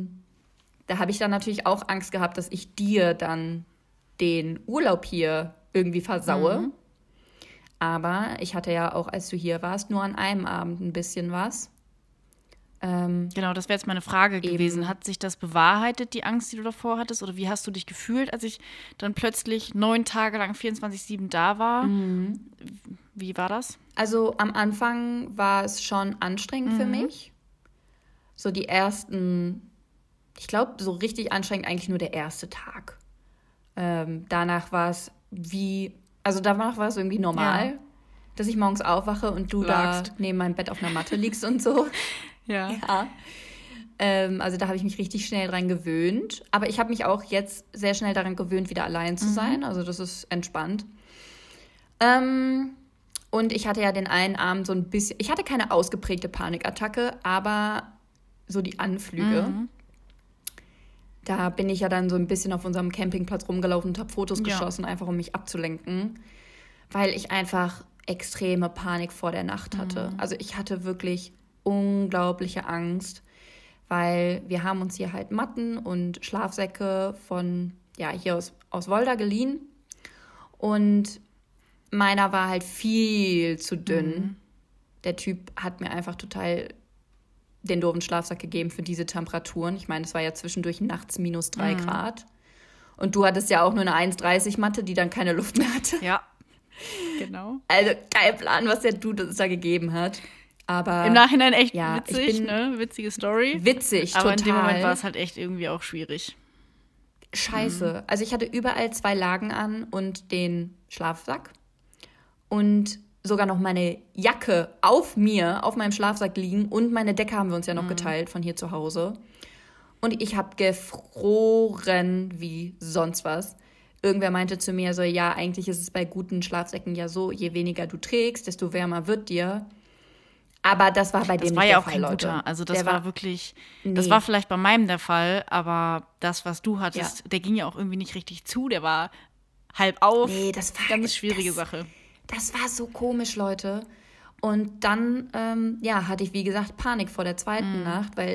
Da habe ich dann natürlich auch Angst gehabt, dass ich dir dann den Urlaub hier irgendwie versaue. Aber ich hatte ja auch, als du hier warst, nur an einem Abend ein bisschen was. Genau, das wäre jetzt meine Frage gewesen. Hat sich das bewahrheitet, die Angst, die du davor hattest? Oder wie hast du dich gefühlt, als ich dann plötzlich 9 Tage lang 24/7 da war? Wie war das? Also am Anfang war es schon anstrengend für mich. So die ersten, ich glaube, so richtig anstrengend eigentlich nur der erste Tag. Danach war es danach war es irgendwie normal, dass ich morgens aufwache und du da neben meinem Bett auf einer Matte liegst und so. Ja. Also da habe ich mich richtig schnell dran gewöhnt. Aber ich habe mich auch jetzt sehr schnell daran gewöhnt, wieder allein zu sein. Also das ist entspannt. Und ich hatte ja den einen Abend so ein bisschen, ich hatte keine ausgeprägte Panikattacke, aber so die Anflüge. Da bin ich ja dann so ein bisschen auf unserem Campingplatz rumgelaufen und habe Fotos geschossen, einfach um mich abzulenken, weil ich einfach extreme Panik vor der Nacht hatte. Also ich hatte wirklich unglaubliche Angst, weil wir haben uns hier halt Matten und Schlafsäcke von, hier aus Wolda geliehen und meiner war halt viel zu dünn. Der Typ hat mir einfach total den doofen Schlafsack gegeben für diese Temperaturen. Ich meine, es war ja zwischendurch nachts -3 Grad. Und du hattest ja auch nur eine 1,30 Matte, die dann keine Luft mehr hatte. Ja, genau. Also kein Plan, was der Dude uns da gegeben hat. Aber im Nachhinein echt witzig, ne? Witzige Story. Witzig, aber total. In dem Moment war es halt echt irgendwie auch schwierig. Scheiße. Also ich hatte überall 2 Lagen an und den Schlafsack. Und sogar noch meine Jacke auf meinem Schlafsack liegen. Und meine Decke haben wir uns ja noch geteilt von hier zu Hause. Und ich habe gefroren wie sonst was. Irgendwer meinte zu mir so, ja, eigentlich ist es bei guten Schlafsäcken ja so, je weniger du trägst, desto wärmer wird dir. Aber das war bei dem nicht der Fall, Leute. Das war ja auch kein guter. Also das war wirklich, das war vielleicht bei meinem der Fall, aber das, was du hattest, der ging ja auch irgendwie nicht richtig zu, der war halb auf. Nee, das war ganz schwierige Sache. Das war so komisch, Leute. Und dann, hatte ich, wie gesagt, Panik vor der zweiten Nacht, weil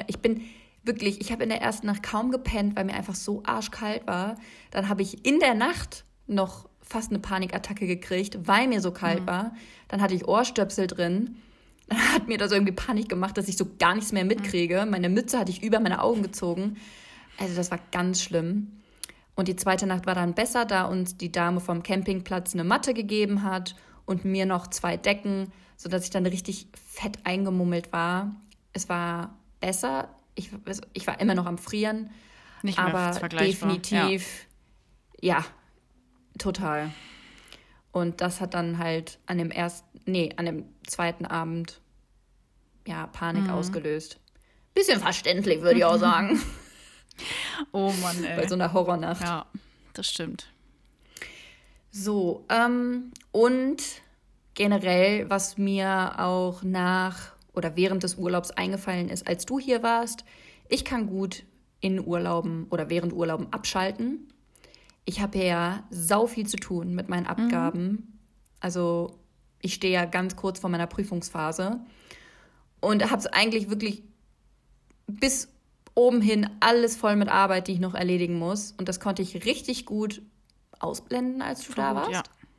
ich habe in der ersten Nacht kaum gepennt, weil mir einfach so arschkalt war. Dann habe ich in der Nacht noch fast eine Panikattacke gekriegt, weil mir so kalt war. Dann hatte ich Ohrstöpsel drin. Dann hat mir das irgendwie Panik gemacht, dass ich so gar nichts mehr mitkriege. Meine Mütze hatte ich über meine Augen gezogen. Also das war ganz schlimm. Und die zweite Nacht war dann besser, da uns die Dame vom Campingplatz eine Matte gegeben hat und mir noch 2 Decken, sodass ich dann richtig fett eingemummelt war. Es war besser. Ich war immer noch am Frieren. Nicht mehr aber vergleichbar. Definitiv, total. Und das hat dann halt an dem zweiten Abend Panik ausgelöst. Bisschen verständlich, würde ich auch sagen. Oh Mann, ey. Bei so einer Horrornacht. Ja, das stimmt. So, und generell, was mir auch nach oder während des Urlaubs eingefallen ist, als du hier warst, ich kann gut in Urlauben oder während Urlauben abschalten. Ich habe ja sau viel zu tun mit meinen Abgaben. Also ich stehe ja ganz kurz vor meiner Prüfungsphase und habe es eigentlich wirklich bis oben hin alles voll mit Arbeit, die ich noch erledigen muss. Und das konnte ich richtig gut ausblenden, als du da warst. Ja.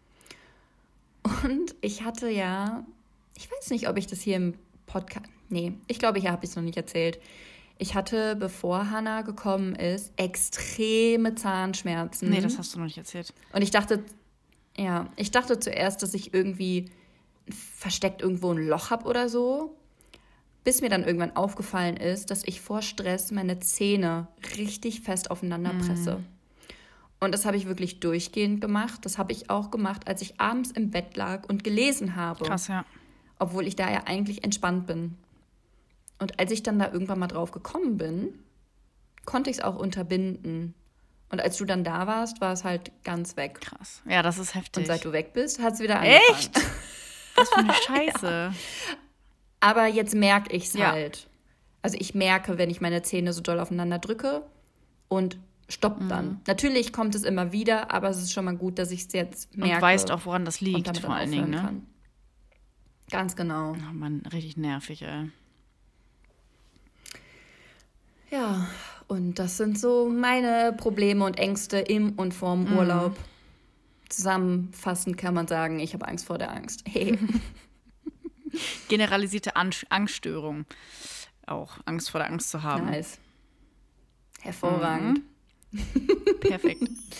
Und ich hatte ich weiß nicht, ob ich das hier im Podcast, ich glaube, hier habe ich es noch nicht erzählt. Ich hatte, bevor Hannah gekommen ist, extreme Zahnschmerzen. Nee, das hast du noch nicht erzählt. Und ich dachte zuerst, dass ich irgendwie versteckt irgendwo ein Loch habe oder so. Bis mir dann irgendwann aufgefallen ist, dass ich vor Stress meine Zähne richtig fest aufeinander presse. Und das habe ich wirklich durchgehend gemacht. Das habe ich auch gemacht, als ich abends im Bett lag und gelesen habe. Krass, ja. Obwohl ich da ja eigentlich entspannt bin. Und als ich dann da irgendwann mal drauf gekommen bin, konnte ich es auch unterbinden. Und als du dann da warst, war es halt ganz weg. Krass. Ja, das ist heftig. Und seit du weg bist, hat es wieder angefangen. Echt? Was für eine Scheiße. Ja. Aber jetzt merke ich es halt. Also ich merke, wenn ich meine Zähne so doll aufeinander drücke und stopp dann. Natürlich kommt es immer wieder, aber es ist schon mal gut, dass ich es jetzt merke. Und weißt auch, woran das liegt, vor allen Dingen, ne? Kann. Ganz genau. Oh Mann, richtig nervig, ey. Ja, und das sind so meine Probleme und Ängste im und vorm Urlaub. zusammenfassend kann man sagen, ich habe Angst vor der Angst. Hey. Generalisierte Angststörung. Auch Angst vor der Angst zu haben. Nice. Hervorragend. Perfekt.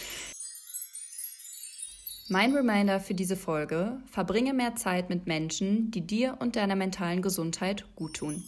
Mein Reminder für diese Folge: Verbringe mehr Zeit mit Menschen, die dir und deiner mentalen Gesundheit gut tun.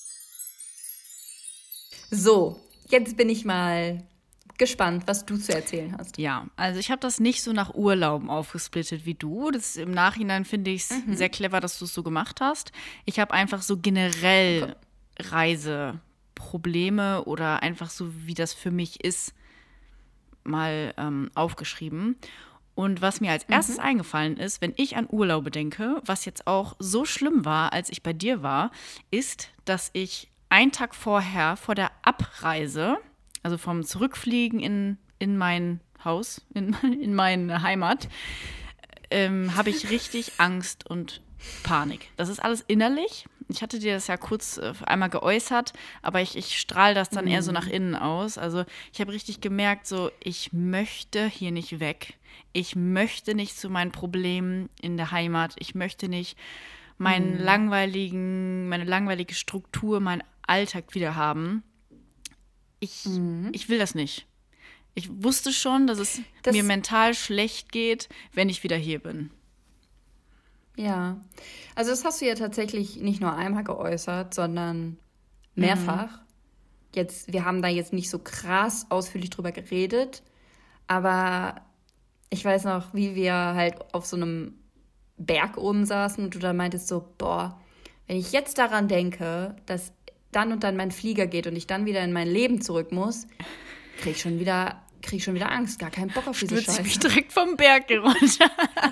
So, jetzt bin ich mal gespannt, was du zu erzählen hast. Ja, also ich habe das nicht so nach Urlauben aufgesplittet wie du. Das im Nachhinein finde ich es sehr clever, dass du es so gemacht hast. Ich habe einfach so generell Reiseprobleme oder einfach so, wie das für mich ist, mal aufgeschrieben. Und was mir als erstes eingefallen ist, wenn ich an Urlaube denke, was jetzt auch so schlimm war, als ich bei dir war, ist, dass ich einen Tag vorher, vor der Abreise, also vom Zurückfliegen in mein Haus, in meine Heimat, habe ich richtig Angst und Panik. Das ist alles innerlich. Ich hatte dir das ja kurz einmal geäußert, aber ich strahle das dann eher so nach innen aus. Also ich habe richtig gemerkt, so, ich möchte hier nicht weg. Ich möchte nicht zu meinen Problemen in der Heimat. Ich möchte nicht meine langweilige Struktur, meinen Alltag wieder haben. Ich will das nicht. Ich wusste schon, dass es mir mental schlecht geht, wenn ich wieder hier bin. Ja, also das hast du ja tatsächlich nicht nur einmal geäußert, sondern mehrfach. Wir haben da jetzt nicht so krass ausführlich drüber geredet, aber ich weiß noch, wie wir halt auf so einem Berg oben saßen und du dann meintest so, boah, wenn ich jetzt daran denke, dass dann und dann mein Flieger geht und ich dann wieder in mein Leben zurück muss, krieg ich schon wieder Angst, gar keinen Bock auf diese Scheiße. Ich mich direkt vom Berg runter.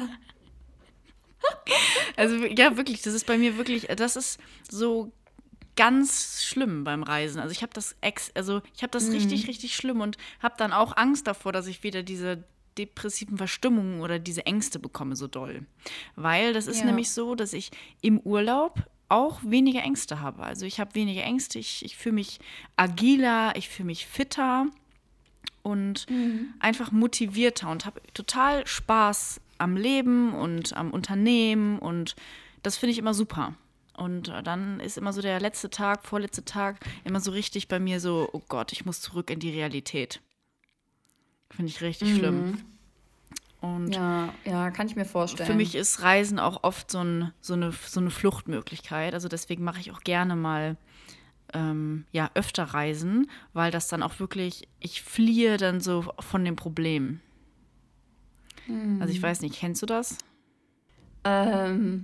Also ja, wirklich, das ist bei mir wirklich, das ist so ganz schlimm beim Reisen. Also ich habe das richtig, richtig schlimm und habe dann auch Angst davor, dass ich wieder diese depressiven Verstimmungen oder diese Ängste bekomme so doll. Weil das ist nämlich so, dass ich im Urlaub auch weniger Ängste habe. Also ich habe weniger Ängste, ich fühle mich agiler, ich fühle mich fitter und einfach motivierter und habe total Spaß am Leben und am Unternehmen und das finde ich immer super. Und dann ist immer so der vorletzte Tag immer so richtig bei mir so, oh Gott, ich muss zurück in die Realität. Finde ich richtig schlimm. Und ja, kann ich mir vorstellen. Für mich ist Reisen auch oft so eine Fluchtmöglichkeit. Also deswegen mache ich auch gerne mal öfter Reisen, weil das dann auch wirklich, ich fliehe dann so von dem Problem. Also ich weiß nicht, kennst du das? Nee.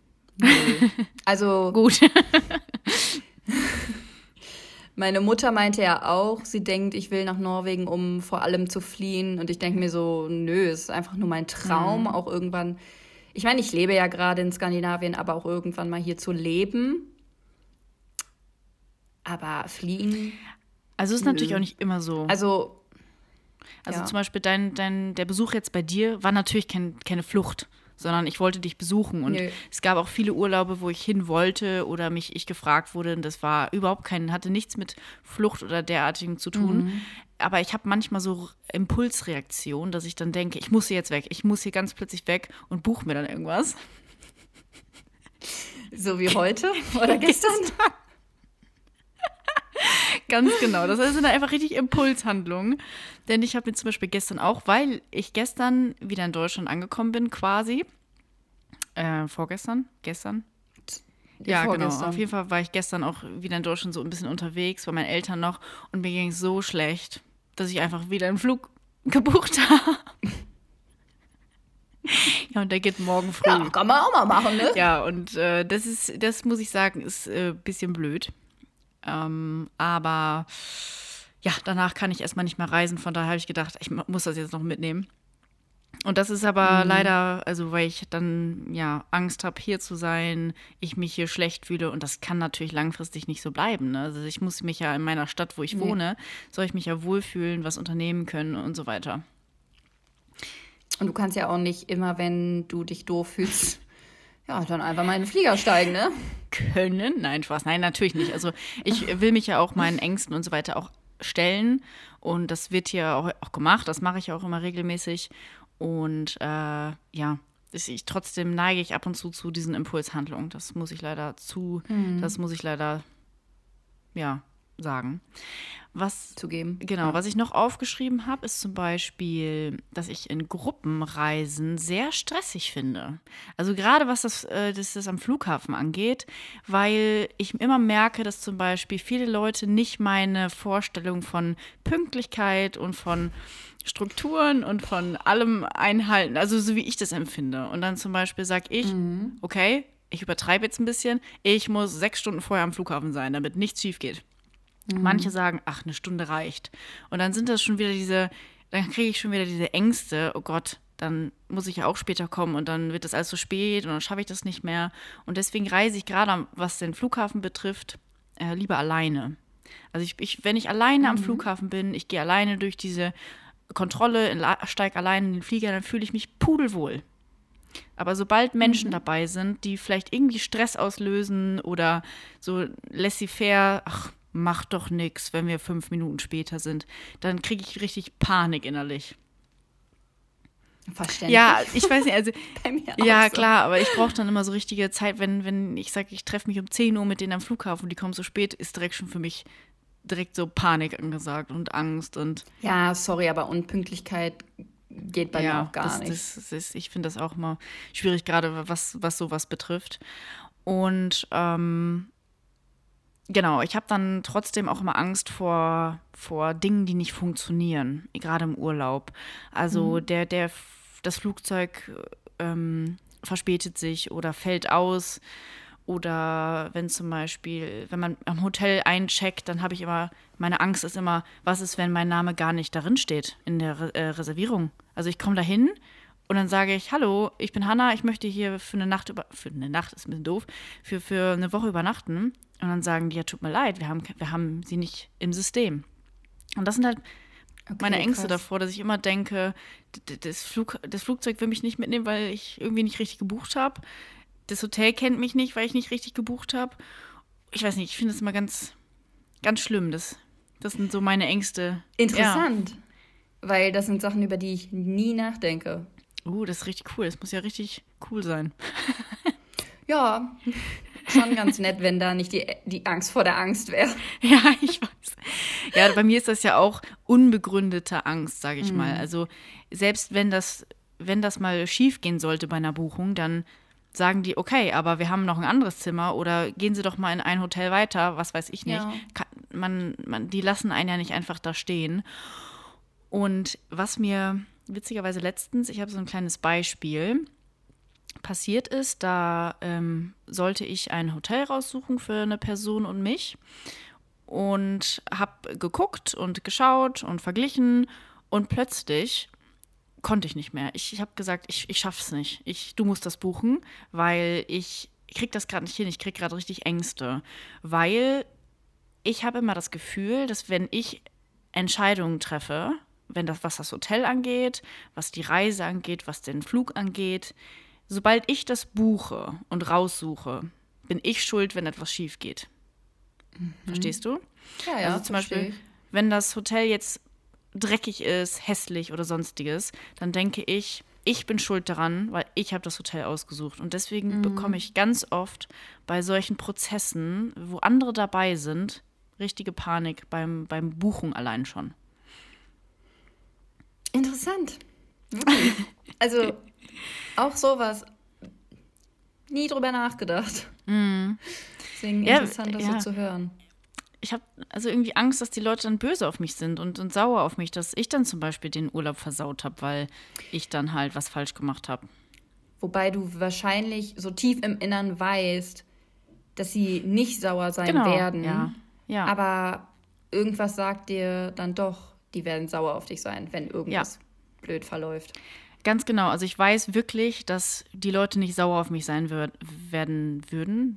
Also gut. Meine Mutter meinte ja auch, sie denkt, ich will nach Norwegen, um vor allem zu fliehen. Und ich denke mir so, nö, es ist einfach nur mein Traum, auch irgendwann. Ich meine, ich lebe ja gerade in Skandinavien, aber auch irgendwann mal hier zu leben. Aber fliehen. Also es ist natürlich auch nicht immer so. Also zum Beispiel der Besuch jetzt bei dir war natürlich keine Flucht, sondern ich wollte dich besuchen. Und es gab auch viele Urlaube, wo ich hin wollte oder ich gefragt wurde. Und das war hatte nichts mit Flucht oder derartigem zu tun. Aber ich habe manchmal so Impulsreaktionen, dass ich dann denke, ich muss hier jetzt weg. Ich muss hier ganz plötzlich weg und buche mir dann irgendwas. So wie heute oder gestern? Ganz genau. Das sind einfach richtig Impulshandlungen. Denn ich habe mir zum Beispiel gestern auch, weil ich gestern wieder in Deutschland angekommen bin, quasi. Vorgestern? Gestern? Ja, genau. Auf jeden Fall war ich gestern auch wieder in Deutschland so ein bisschen unterwegs, bei meinen Eltern noch. Und mir ging es so schlecht, dass ich einfach wieder einen Flug gebucht habe. Ja, und der geht morgen früh. Ja, kann man auch mal machen, ne? Ja, und das muss ich sagen, ist ein bisschen blöd. Aber ja, danach kann ich erstmal nicht mehr reisen. Von daher habe ich gedacht, ich muss das jetzt noch mitnehmen. Und das ist aber leider, also weil ich dann Angst habe, hier zu sein, ich mich hier schlecht fühle. Und das kann natürlich langfristig nicht so bleiben. Ne? Also ich muss mich ja in meiner Stadt, wo ich wohne, soll ich mich ja wohlfühlen, was unternehmen können und so weiter. Und du kannst ja auch nicht immer, wenn du dich doof fühlst, dann einfach mal in den Flieger steigen, ne? Können? Nein, Spaß. Nein, natürlich nicht. Also ich will mich ja auch meinen Ängsten und so weiter auch stellen Und das wird hier auch gemacht, das mache ich auch immer regelmäßig. Und trotzdem neige ich ab und zu diesen Impulshandlungen. Das muss ich leider sagen. Was zugeben. Genau, ja. Was ich noch aufgeschrieben habe, ist zum Beispiel, dass ich in Gruppenreisen sehr stressig finde. Also gerade was das am Flughafen angeht, weil ich immer merke, dass zum Beispiel viele Leute nicht meine Vorstellung von Pünktlichkeit und von Strukturen und von allem einhalten, also so wie ich das empfinde. Und dann zum Beispiel sage ich, okay, ich übertreibe jetzt ein bisschen, ich muss 6 Stunden vorher am Flughafen sein, damit nichts schief geht. Manche sagen, ach, 1 Stunde reicht. Und dann sind das schon wieder dann kriege ich schon wieder diese Ängste, oh Gott, dann muss ich ja auch später kommen und dann wird das alles so spät und dann schaffe ich das nicht mehr. Und deswegen reise ich gerade, was den Flughafen betrifft, lieber alleine. Also wenn ich alleine am Flughafen bin, ich gehe alleine durch diese Kontrolle, steige alleine in den Flieger, dann fühle ich mich pudelwohl. Aber sobald Menschen dabei sind, die vielleicht irgendwie Stress auslösen oder so laissez-faire, ach, mach doch nix, wenn wir 5 Minuten später sind, dann kriege ich richtig Panik innerlich. Verständlich. Ja, ich weiß nicht, also bei mir ja, auch so. Klar, aber ich brauche dann immer so richtige Zeit, wenn ich sage, ich treffe mich um 10 Uhr mit denen am Flughafen und die kommen so spät, ist direkt schon für mich direkt so Panik angesagt und Angst und ja, sorry, aber Unpünktlichkeit geht bei mir auch gar nicht. Ich finde das auch immer schwierig, gerade was sowas betrifft. Und genau, ich habe dann trotzdem auch immer Angst vor Dingen, die nicht funktionieren, gerade im Urlaub. Also das Flugzeug verspätet sich oder fällt aus. Oder wenn zum Beispiel, wenn man am Hotel eincheckt, dann habe ich immer, meine Angst ist immer, was ist, wenn mein Name gar nicht darin steht in der Reservierung. Also ich komme da hin und dann sage ich, hallo, ich bin Hanna, ich möchte hier für eine Nacht ist ein bisschen doof, für eine Woche übernachten. Und dann sagen die, ja, tut mir leid, wir haben sie nicht im System. Und das sind halt meine Ängste davor, dass ich immer denke, das Flugzeug will mich nicht mitnehmen, weil ich irgendwie nicht richtig gebucht habe. Das Hotel kennt mich nicht, weil ich nicht richtig gebucht habe. Ich weiß nicht, ich finde das immer ganz, ganz schlimm. Das sind so meine Ängste. Interessant, weil das sind Sachen, über die ich nie nachdenke. Das ist richtig cool. Das muss ja richtig cool sein. Ja, schon ganz nett, wenn da nicht die Angst vor der Angst wäre. Ja, ich weiß. Ja, bei mir ist das ja auch unbegründete Angst, sage ich mal. Also selbst wenn das mal schief gehen sollte bei einer Buchung, dann sagen die, okay, aber wir haben noch ein anderes Zimmer oder gehen Sie doch mal in ein Hotel weiter, was weiß ich nicht. Ja. Die lassen einen ja nicht einfach da stehen. Und was mir witzigerweise letztens, ich habe so ein kleines Beispiel, passiert ist, da sollte ich ein Hotel raussuchen für eine Person und mich und habe geguckt und geschaut und verglichen und plötzlich konnte ich nicht mehr. Ich habe gesagt, ich schaff's nicht. Du musst das buchen, weil ich krieg das gerade nicht hin. Ich krieg gerade richtig Ängste, weil ich habe immer das Gefühl, dass wenn ich Entscheidungen treffe, was das Hotel angeht, was die Reise angeht, was den Flug angeht, sobald ich das buche und raussuche, bin ich schuld, wenn etwas schief geht. Verstehst du? Ja, also zum Beispiel, wenn das Hotel jetzt dreckig ist, hässlich oder sonstiges, dann denke ich bin schuld daran, weil ich habe das Hotel ausgesucht. Und deswegen bekomme ich ganz oft bei solchen Prozessen, wo andere dabei sind, richtige Panik beim Buchen allein schon. Interessant. Wirklich. Also auch sowas. Nie drüber nachgedacht. Deswegen interessant, das so zu hören. Ich habe also irgendwie Angst, dass die Leute dann böse auf mich sind und sauer auf mich, dass ich dann zum Beispiel den Urlaub versaut habe, weil ich dann halt was falsch gemacht habe. Wobei du wahrscheinlich so tief im Innern weißt, dass sie nicht sauer sein werden. Ja. Aber irgendwas sagt dir dann doch, die werden sauer auf dich sein, wenn irgendwas blöd verläuft. Ganz genau. Also ich weiß wirklich, dass die Leute nicht sauer auf mich sein wären.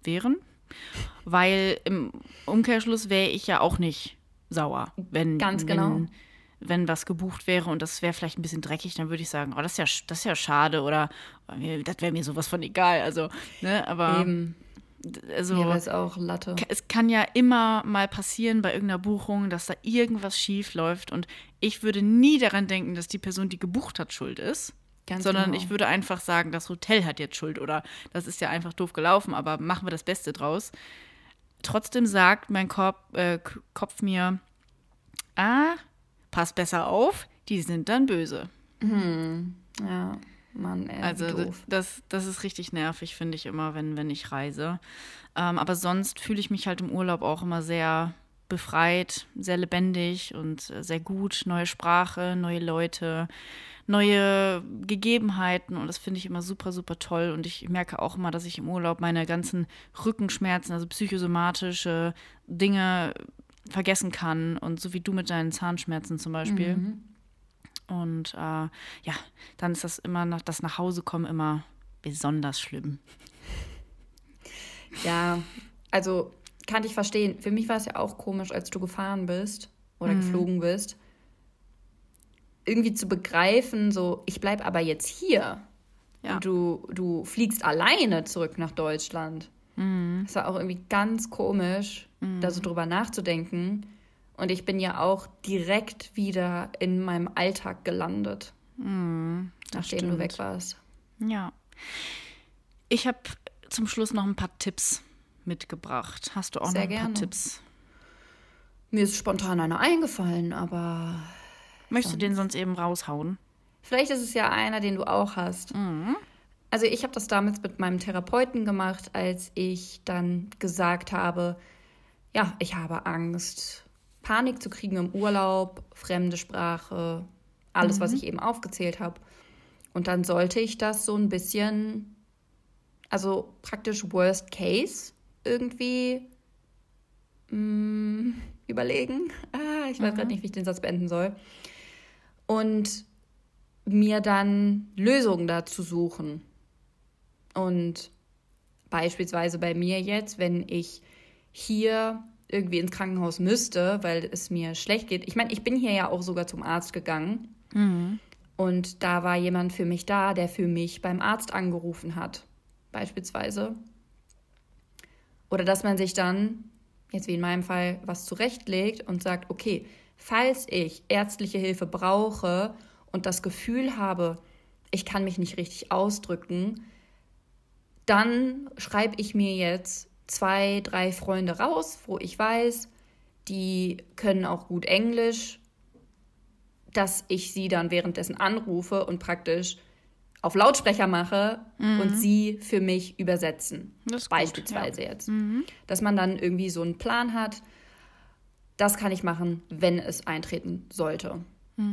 Weil im Umkehrschluss wäre ich ja auch nicht sauer, wenn was gebucht wäre und das wäre vielleicht ein bisschen dreckig, dann würde ich sagen, das ist ja schade oder das wäre mir sowas von egal. Also, ne, aber Also, ja, das ist auch Latte. Es kann ja immer mal passieren bei irgendeiner Buchung, dass da irgendwas schief läuft. Und ich würde nie daran denken, dass die Person, die gebucht hat, schuld ist. Sondern ich würde einfach sagen, das Hotel hat jetzt Schuld oder das ist ja einfach doof gelaufen, aber machen wir das Beste draus. Trotzdem sagt mein Kopf mir, pass besser auf, die sind dann böse. Ja, Mann, ey, also doof. Das ist richtig nervig, finde ich immer, wenn ich reise. Aber sonst fühle ich mich halt im Urlaub auch immer sehr befreit, sehr lebendig und sehr gut. Neue Sprache, neue Leute, neue Gegebenheiten und das finde ich immer super, super toll. Und ich merke auch immer, dass ich im Urlaub meine ganzen Rückenschmerzen, also psychosomatische Dinge vergessen kann. Und so wie du mit deinen Zahnschmerzen zum Beispiel. Und dann ist das immer das Nachhausekommen immer besonders schlimm. Ja, also kann ich verstehen. Für mich war es ja auch komisch, als du gefahren bist oder geflogen bist, irgendwie zu begreifen, so, ich bleib aber jetzt hier. Ja. Und du fliegst alleine zurück nach Deutschland. Das war auch irgendwie ganz komisch, da so drüber nachzudenken. Und ich bin ja auch direkt wieder in meinem Alltag gelandet, nachdem du weg warst. Ja. Ich habe zum Schluss noch ein paar Tipps mitgebracht. Hast du auch Sehr noch ein gerne. paar Tipps? Mir ist spontan einer eingefallen, aber... Möchtest du den sonst eben raushauen? Vielleicht ist es ja einer, den du auch hast. Also ich habe das damals mit meinem Therapeuten gemacht, als ich dann gesagt habe, ja, ich habe Angst, Panik zu kriegen im Urlaub, fremde Sprache, alles, was ich eben aufgezählt habe. Und dann sollte ich das so ein bisschen, also praktisch Worst Case irgendwie überlegen. Ich weiß gerade nicht, wie ich den Satz beenden soll. Und mir dann Lösungen dazu suchen. Und beispielsweise bei mir jetzt, wenn ich hier irgendwie ins Krankenhaus müsste, weil es mir schlecht geht. Ich meine, ich bin hier ja auch sogar zum Arzt gegangen. Und da war jemand für mich da, der für mich beim Arzt angerufen hat, beispielsweise. Oder dass man sich dann, jetzt wie in meinem Fall, was zurechtlegt und sagt, okay, falls ich ärztliche Hilfe brauche und das Gefühl habe, ich kann mich nicht richtig ausdrücken, dann schreibe ich mir jetzt 2, 3 Freunde raus, wo ich weiß, die können auch gut Englisch, dass ich sie dann währenddessen anrufe und praktisch auf Lautsprecher mache und sie für mich übersetzen. Das ist beispielsweise gut, ja. jetzt. Dass man dann irgendwie so einen Plan hat, das kann ich machen, wenn es eintreten sollte.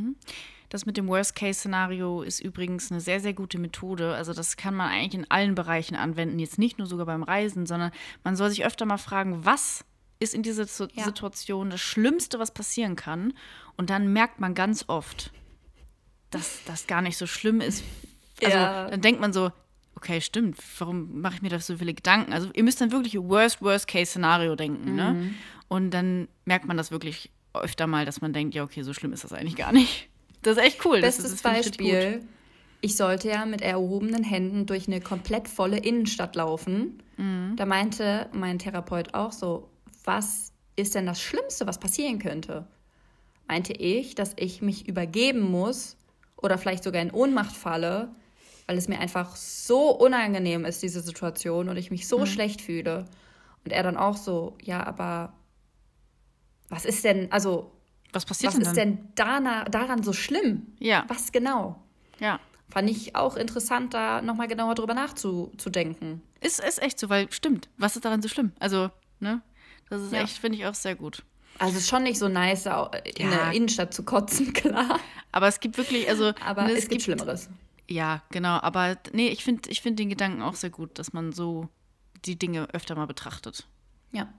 Das mit dem Worst-Case-Szenario ist übrigens eine sehr, sehr gute Methode. Also das kann man eigentlich in allen Bereichen anwenden, jetzt nicht nur sogar beim Reisen, sondern man soll sich öfter mal fragen, was ist in dieser Situation das Schlimmste, was passieren kann? Und dann merkt man ganz oft, dass das gar nicht so schlimm ist. Also dann denkt man so, okay, stimmt, warum mache ich mir da so viele Gedanken? Also ihr müsst dann wirklich Worst-Case-Szenario denken, ne? Und dann merkt man das wirklich öfter mal, dass man denkt, ja, okay, so schlimm ist das eigentlich gar nicht. Das ist echt cool. Bestes Beispiel, ich sollte ja mit erhobenen Händen durch eine komplett volle Innenstadt laufen. Da meinte mein Therapeut auch so, was ist denn das Schlimmste, was passieren könnte? Meinte ich, dass ich mich übergeben muss oder vielleicht sogar in Ohnmacht falle, weil es mir einfach so unangenehm ist, diese Situation, und ich mich so schlecht fühle. Und er dann auch so, ja, aber was ist denn, also was passiert was ist denn daran so schlimm? Ja. Was genau? Ja. Fand ich auch interessant, da nochmal genauer drüber nachzudenken. Ist echt so, weil stimmt, was ist daran so schlimm? Also, ne, das ist echt, finde ich auch sehr gut. Also es ist schon nicht so nice, in der Innenstadt zu kotzen, klar. Aber es gibt wirklich, also... Aber es gibt Schlimmeres. Ja, genau, aber nee, ich find den Gedanken auch sehr gut, dass man so die Dinge öfter mal betrachtet. Ja.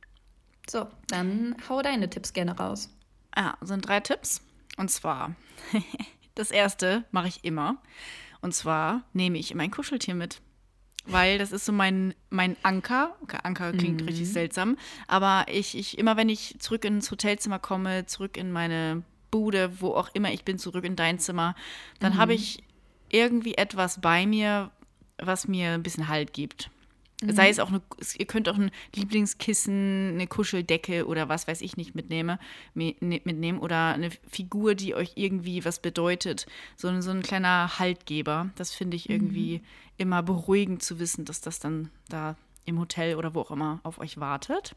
So, dann hau deine Tipps gerne raus. Sind 3 Tipps. Und zwar, das erste mache ich immer. Und zwar nehme ich immer ein Kuscheltier mit. Weil das ist so mein Anker. Okay, Anker klingt richtig seltsam. Aber immer wenn ich zurück ins Hotelzimmer komme, zurück in meine Bude, wo auch immer ich bin, zurück in dein Zimmer, dann habe ich irgendwie etwas bei mir, was mir ein bisschen Halt gibt. Sei es auch ihr könnt auch ein Lieblingskissen, eine Kuscheldecke oder was weiß ich nicht mitnehmen oder eine Figur, die euch irgendwie was bedeutet. So ein kleiner Haltgeber. Das finde ich irgendwie immer beruhigend zu wissen, dass das dann da im Hotel oder wo auch immer auf euch wartet.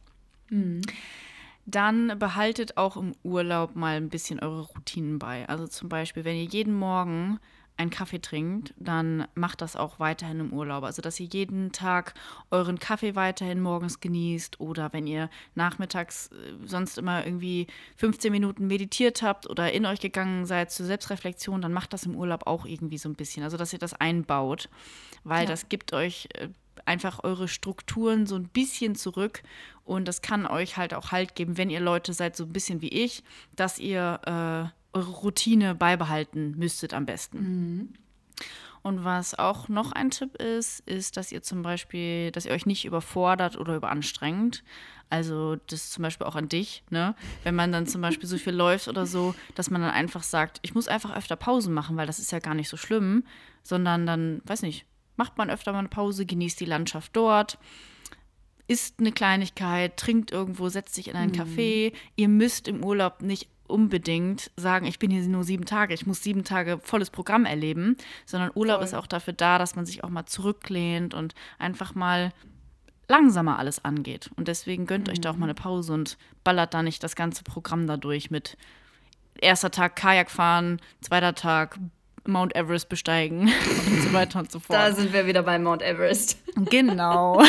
Dann behaltet auch im Urlaub mal ein bisschen eure Routinen bei. Also zum Beispiel, wenn ihr jeden Morgen einen Kaffee trinkt, dann macht das auch weiterhin im Urlaub. Also, dass ihr jeden Tag euren Kaffee weiterhin morgens genießt oder wenn ihr nachmittags sonst immer irgendwie 15 Minuten meditiert habt oder in euch gegangen seid zur Selbstreflexion, dann macht das im Urlaub auch irgendwie so ein bisschen. Also, dass ihr das einbaut, weil das gibt euch einfach eure Strukturen so ein bisschen zurück und das kann euch halt auch Halt geben, wenn ihr Leute seid, so ein bisschen wie ich, dass ihr eure Routine beibehalten müsstet am besten. Und was auch noch ein Tipp ist, dass ihr zum Beispiel, dass ihr euch nicht überfordert oder überanstrengt. Also das zum Beispiel auch an dich, ne? Wenn man dann zum Beispiel so viel läuft oder so, dass man dann einfach sagt, ich muss einfach öfter Pausen machen, weil das ist ja gar nicht so schlimm, sondern dann, weiß nicht, macht man öfter mal eine Pause, genießt die Landschaft dort, isst eine Kleinigkeit, trinkt irgendwo, setzt sich in einen Café. Ihr müsst im Urlaub nicht unbedingt sagen, ich bin hier nur 7 Tage, ich muss 7 Tage volles Programm erleben, sondern Urlaub ist auch dafür da, dass man sich auch mal zurücklehnt und einfach mal langsamer alles angeht. Und deswegen gönnt euch da auch mal eine Pause und ballert da nicht das ganze Programm da durch mit erster Tag Kajak fahren, zweiter Tag Mount Everest besteigen und so weiter und so fort. Da sind wir wieder bei Mount Everest. Genau.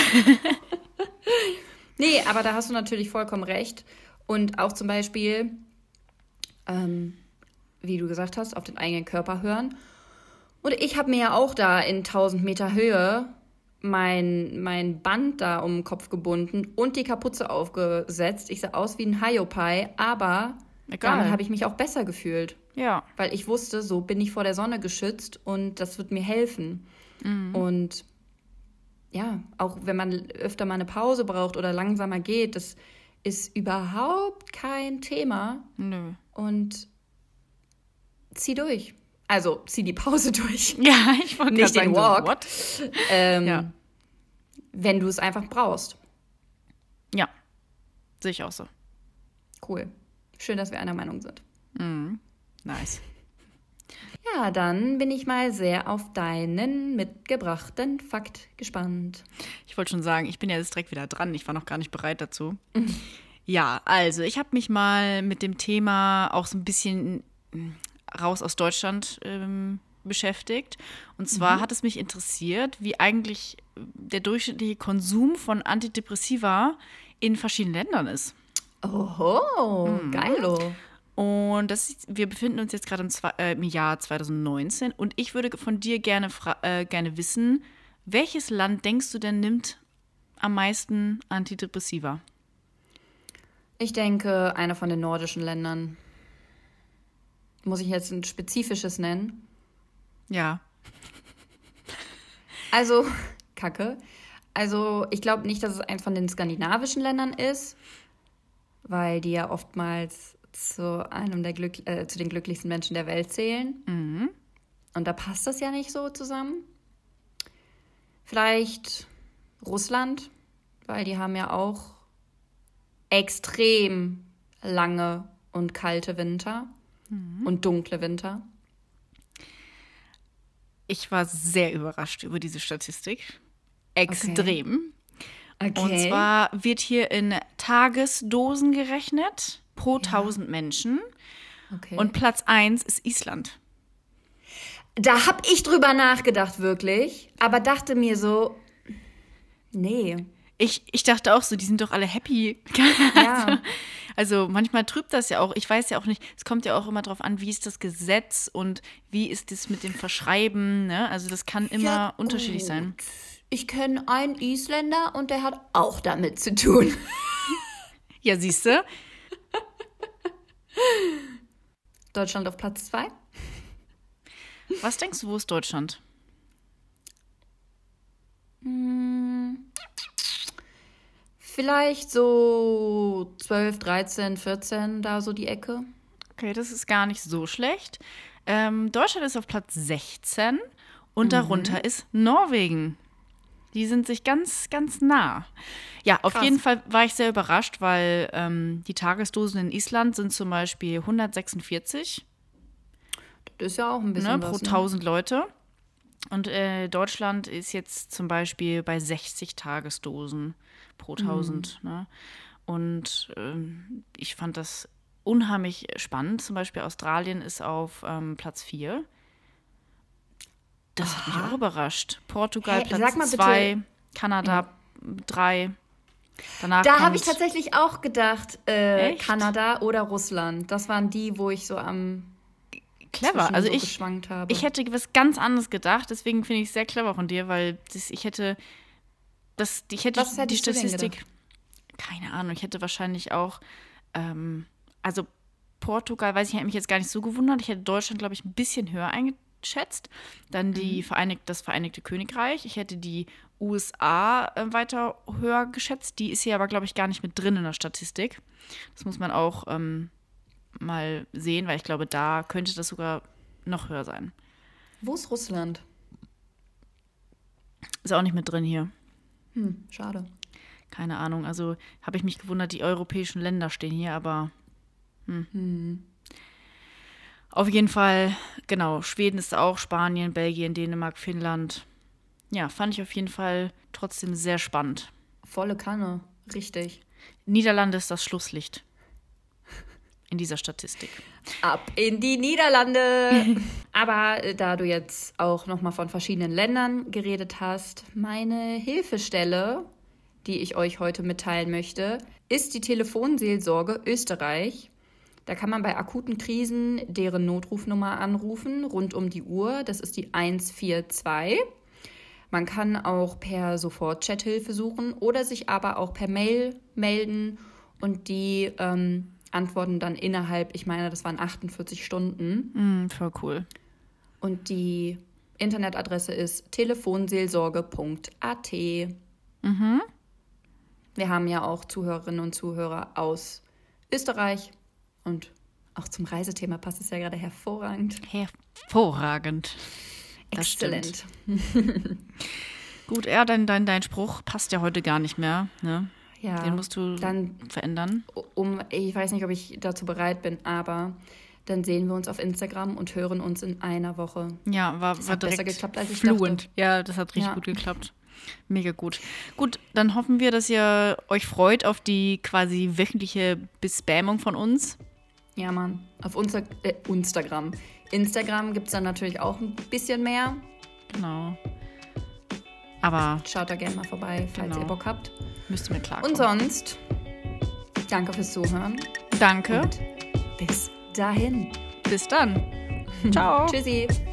Nee, aber da hast du natürlich vollkommen recht. Und auch zum Beispiel, wie du gesagt hast, auf den eigenen Körper hören. Und ich habe mir ja auch da in 1000 Meter Höhe mein Band da um den Kopf gebunden und die Kapuze aufgesetzt. Ich sah aus wie ein Hiopai, aber damit habe ich mich auch besser gefühlt. Ja. Weil ich wusste, so bin ich vor der Sonne geschützt und das wird mir helfen. Und ja, auch wenn man öfter mal eine Pause braucht oder langsamer geht, das ist überhaupt kein Thema. Nö. Und zieh durch. Also zieh die Pause durch. Ja, ich wollte nicht sagen, den Walk. So, what? Wenn du es einfach brauchst. Ja, sehe ich auch so. Cool. Schön, dass wir einer Meinung sind. Nice. Ja, dann bin ich mal sehr auf deinen mitgebrachten Fakt gespannt. Ich wollte schon sagen, ich bin ja jetzt direkt wieder dran. Ich war noch gar nicht bereit dazu. Ja, also ich habe mich mal mit dem Thema auch so ein bisschen raus aus Deutschland beschäftigt. Und zwar hat es mich interessiert, wie eigentlich der durchschnittliche Konsum von Antidepressiva in verschiedenen Ländern ist. Oho, geilo. Und wir befinden uns jetzt gerade im Jahr 2019 und ich würde von dir gerne wissen, welches Land denkst du denn nimmt am meisten Antidepressiva? Ich denke, einer von den nordischen Ländern. Muss ich jetzt ein spezifisches nennen? Ja. Also, Kacke. Also, ich glaube nicht, dass es eins von den skandinavischen Ländern ist, weil die ja oftmals zu den glücklichsten Menschen der Welt zählen. Und da passt das ja nicht so zusammen. Vielleicht Russland, weil die haben ja auch extrem lange und kalte Winter und dunkle Winter. Ich war sehr überrascht über diese Statistik. Extrem. Okay. Und zwar wird hier in Tagesdosen gerechnet pro 1000 Menschen. Okay. Und Platz 1 ist Island. Da habe ich drüber nachgedacht, wirklich. Aber dachte mir so, nee. Ich dachte auch so, die sind doch alle happy. Ja. Also manchmal trübt das ja auch. Ich weiß ja auch nicht, es kommt ja auch immer darauf an, wie ist das Gesetz und wie ist das mit dem Verschreiben. Ne? Also das kann immer unterschiedlich sein. Ich kenne einen Isländer und der hat auch damit zu tun. Ja, siehst du? Deutschland auf Platz 2. Was denkst du, wo ist Deutschland? Vielleicht so 12, 13, 14, da so die Ecke. Okay, das ist gar nicht so schlecht. Deutschland ist auf Platz 16 und darunter ist Norwegen. Die sind sich ganz, ganz nah. Ja, auf jeden Fall war ich sehr überrascht, weil die Tagesdosen in Island sind zum Beispiel 146. Das ist ja auch ein bisschen pro 1000 Leute. Und Deutschland ist jetzt zum Beispiel bei 60 Tagesdosen pro 1000. Ne? Und ich fand das unheimlich spannend. Zum Beispiel Australien ist auf Platz 4. Das hat mich auch überrascht. Portugal Platz 2, Kanada 3. Da habe ich tatsächlich auch gedacht, Kanada oder Russland. Das waren die, wo ich so am clever. Also geschwankt habe. Ich hätte was ganz anderes gedacht. Deswegen finde ich es sehr clever von dir, weil ich hätte die Statistik. Keine Ahnung. Ich hätte wahrscheinlich auch, also Portugal, weiß ich, hätte mich jetzt gar nicht so gewundert. Ich hätte Deutschland, glaube ich, ein bisschen höher eingeschätzt. Dann das Vereinigte Königreich. Ich hätte die USA weiter höher geschätzt. Die ist hier aber, glaube ich, gar nicht mit drin in der Statistik. Das muss man auch mal sehen, weil ich glaube, da könnte das sogar noch höher sein. Wo ist Russland? Ist auch nicht mit drin hier. Schade. Keine Ahnung. Also habe ich mich gewundert, die europäischen Länder stehen hier, aber Auf jeden Fall, genau, Schweden ist auch, Spanien, Belgien, Dänemark, Finnland. Ja, fand ich auf jeden Fall trotzdem sehr spannend. Volle Kanne, richtig. Niederlande ist das Schlusslicht in dieser Statistik. Ab in die Niederlande! Aber da du jetzt auch nochmal von verschiedenen Ländern geredet hast, meine Hilfestelle, die ich euch heute mitteilen möchte, ist die Telefonseelsorge Österreich. Da kann man bei akuten Krisen deren Notrufnummer anrufen, rund um die Uhr. Das ist die 142. Man kann auch per Sofort-Chat-Hilfe suchen oder sich aber auch per Mail melden und die antworten dann innerhalb, ich meine, das waren 48 Stunden. Voll cool. Und die Internetadresse ist telefonseelsorge.at. Wir haben ja auch Zuhörerinnen und Zuhörer aus Österreich und auch zum Reisethema passt es ja gerade hervorragend. Hervorragend. Exzellent. Gut, dein Spruch passt ja heute gar nicht mehr, ne? Ja, den musst du dann verändern. Ich weiß nicht, ob ich dazu bereit bin, aber dann sehen wir uns auf Instagram und hören uns in einer Woche. Ja, war direkt besser geklappt, als ich fluent. dachte. Ja, das hat richtig gut geklappt. Mega gut. Gut, dann hoffen wir, dass ihr euch freut auf die quasi wöchentliche Bespammung von uns. Ja, Mann. Auf Instagram. Instagram gibt es dann natürlich auch ein bisschen mehr. Genau. Aber schaut da gerne mal vorbei, falls ihr Bock habt. Müsst ihr mir klarkommen. Und sonst, danke fürs Zuhören. Danke. Und bis dahin. Bis dann. Ciao. Tschüssi.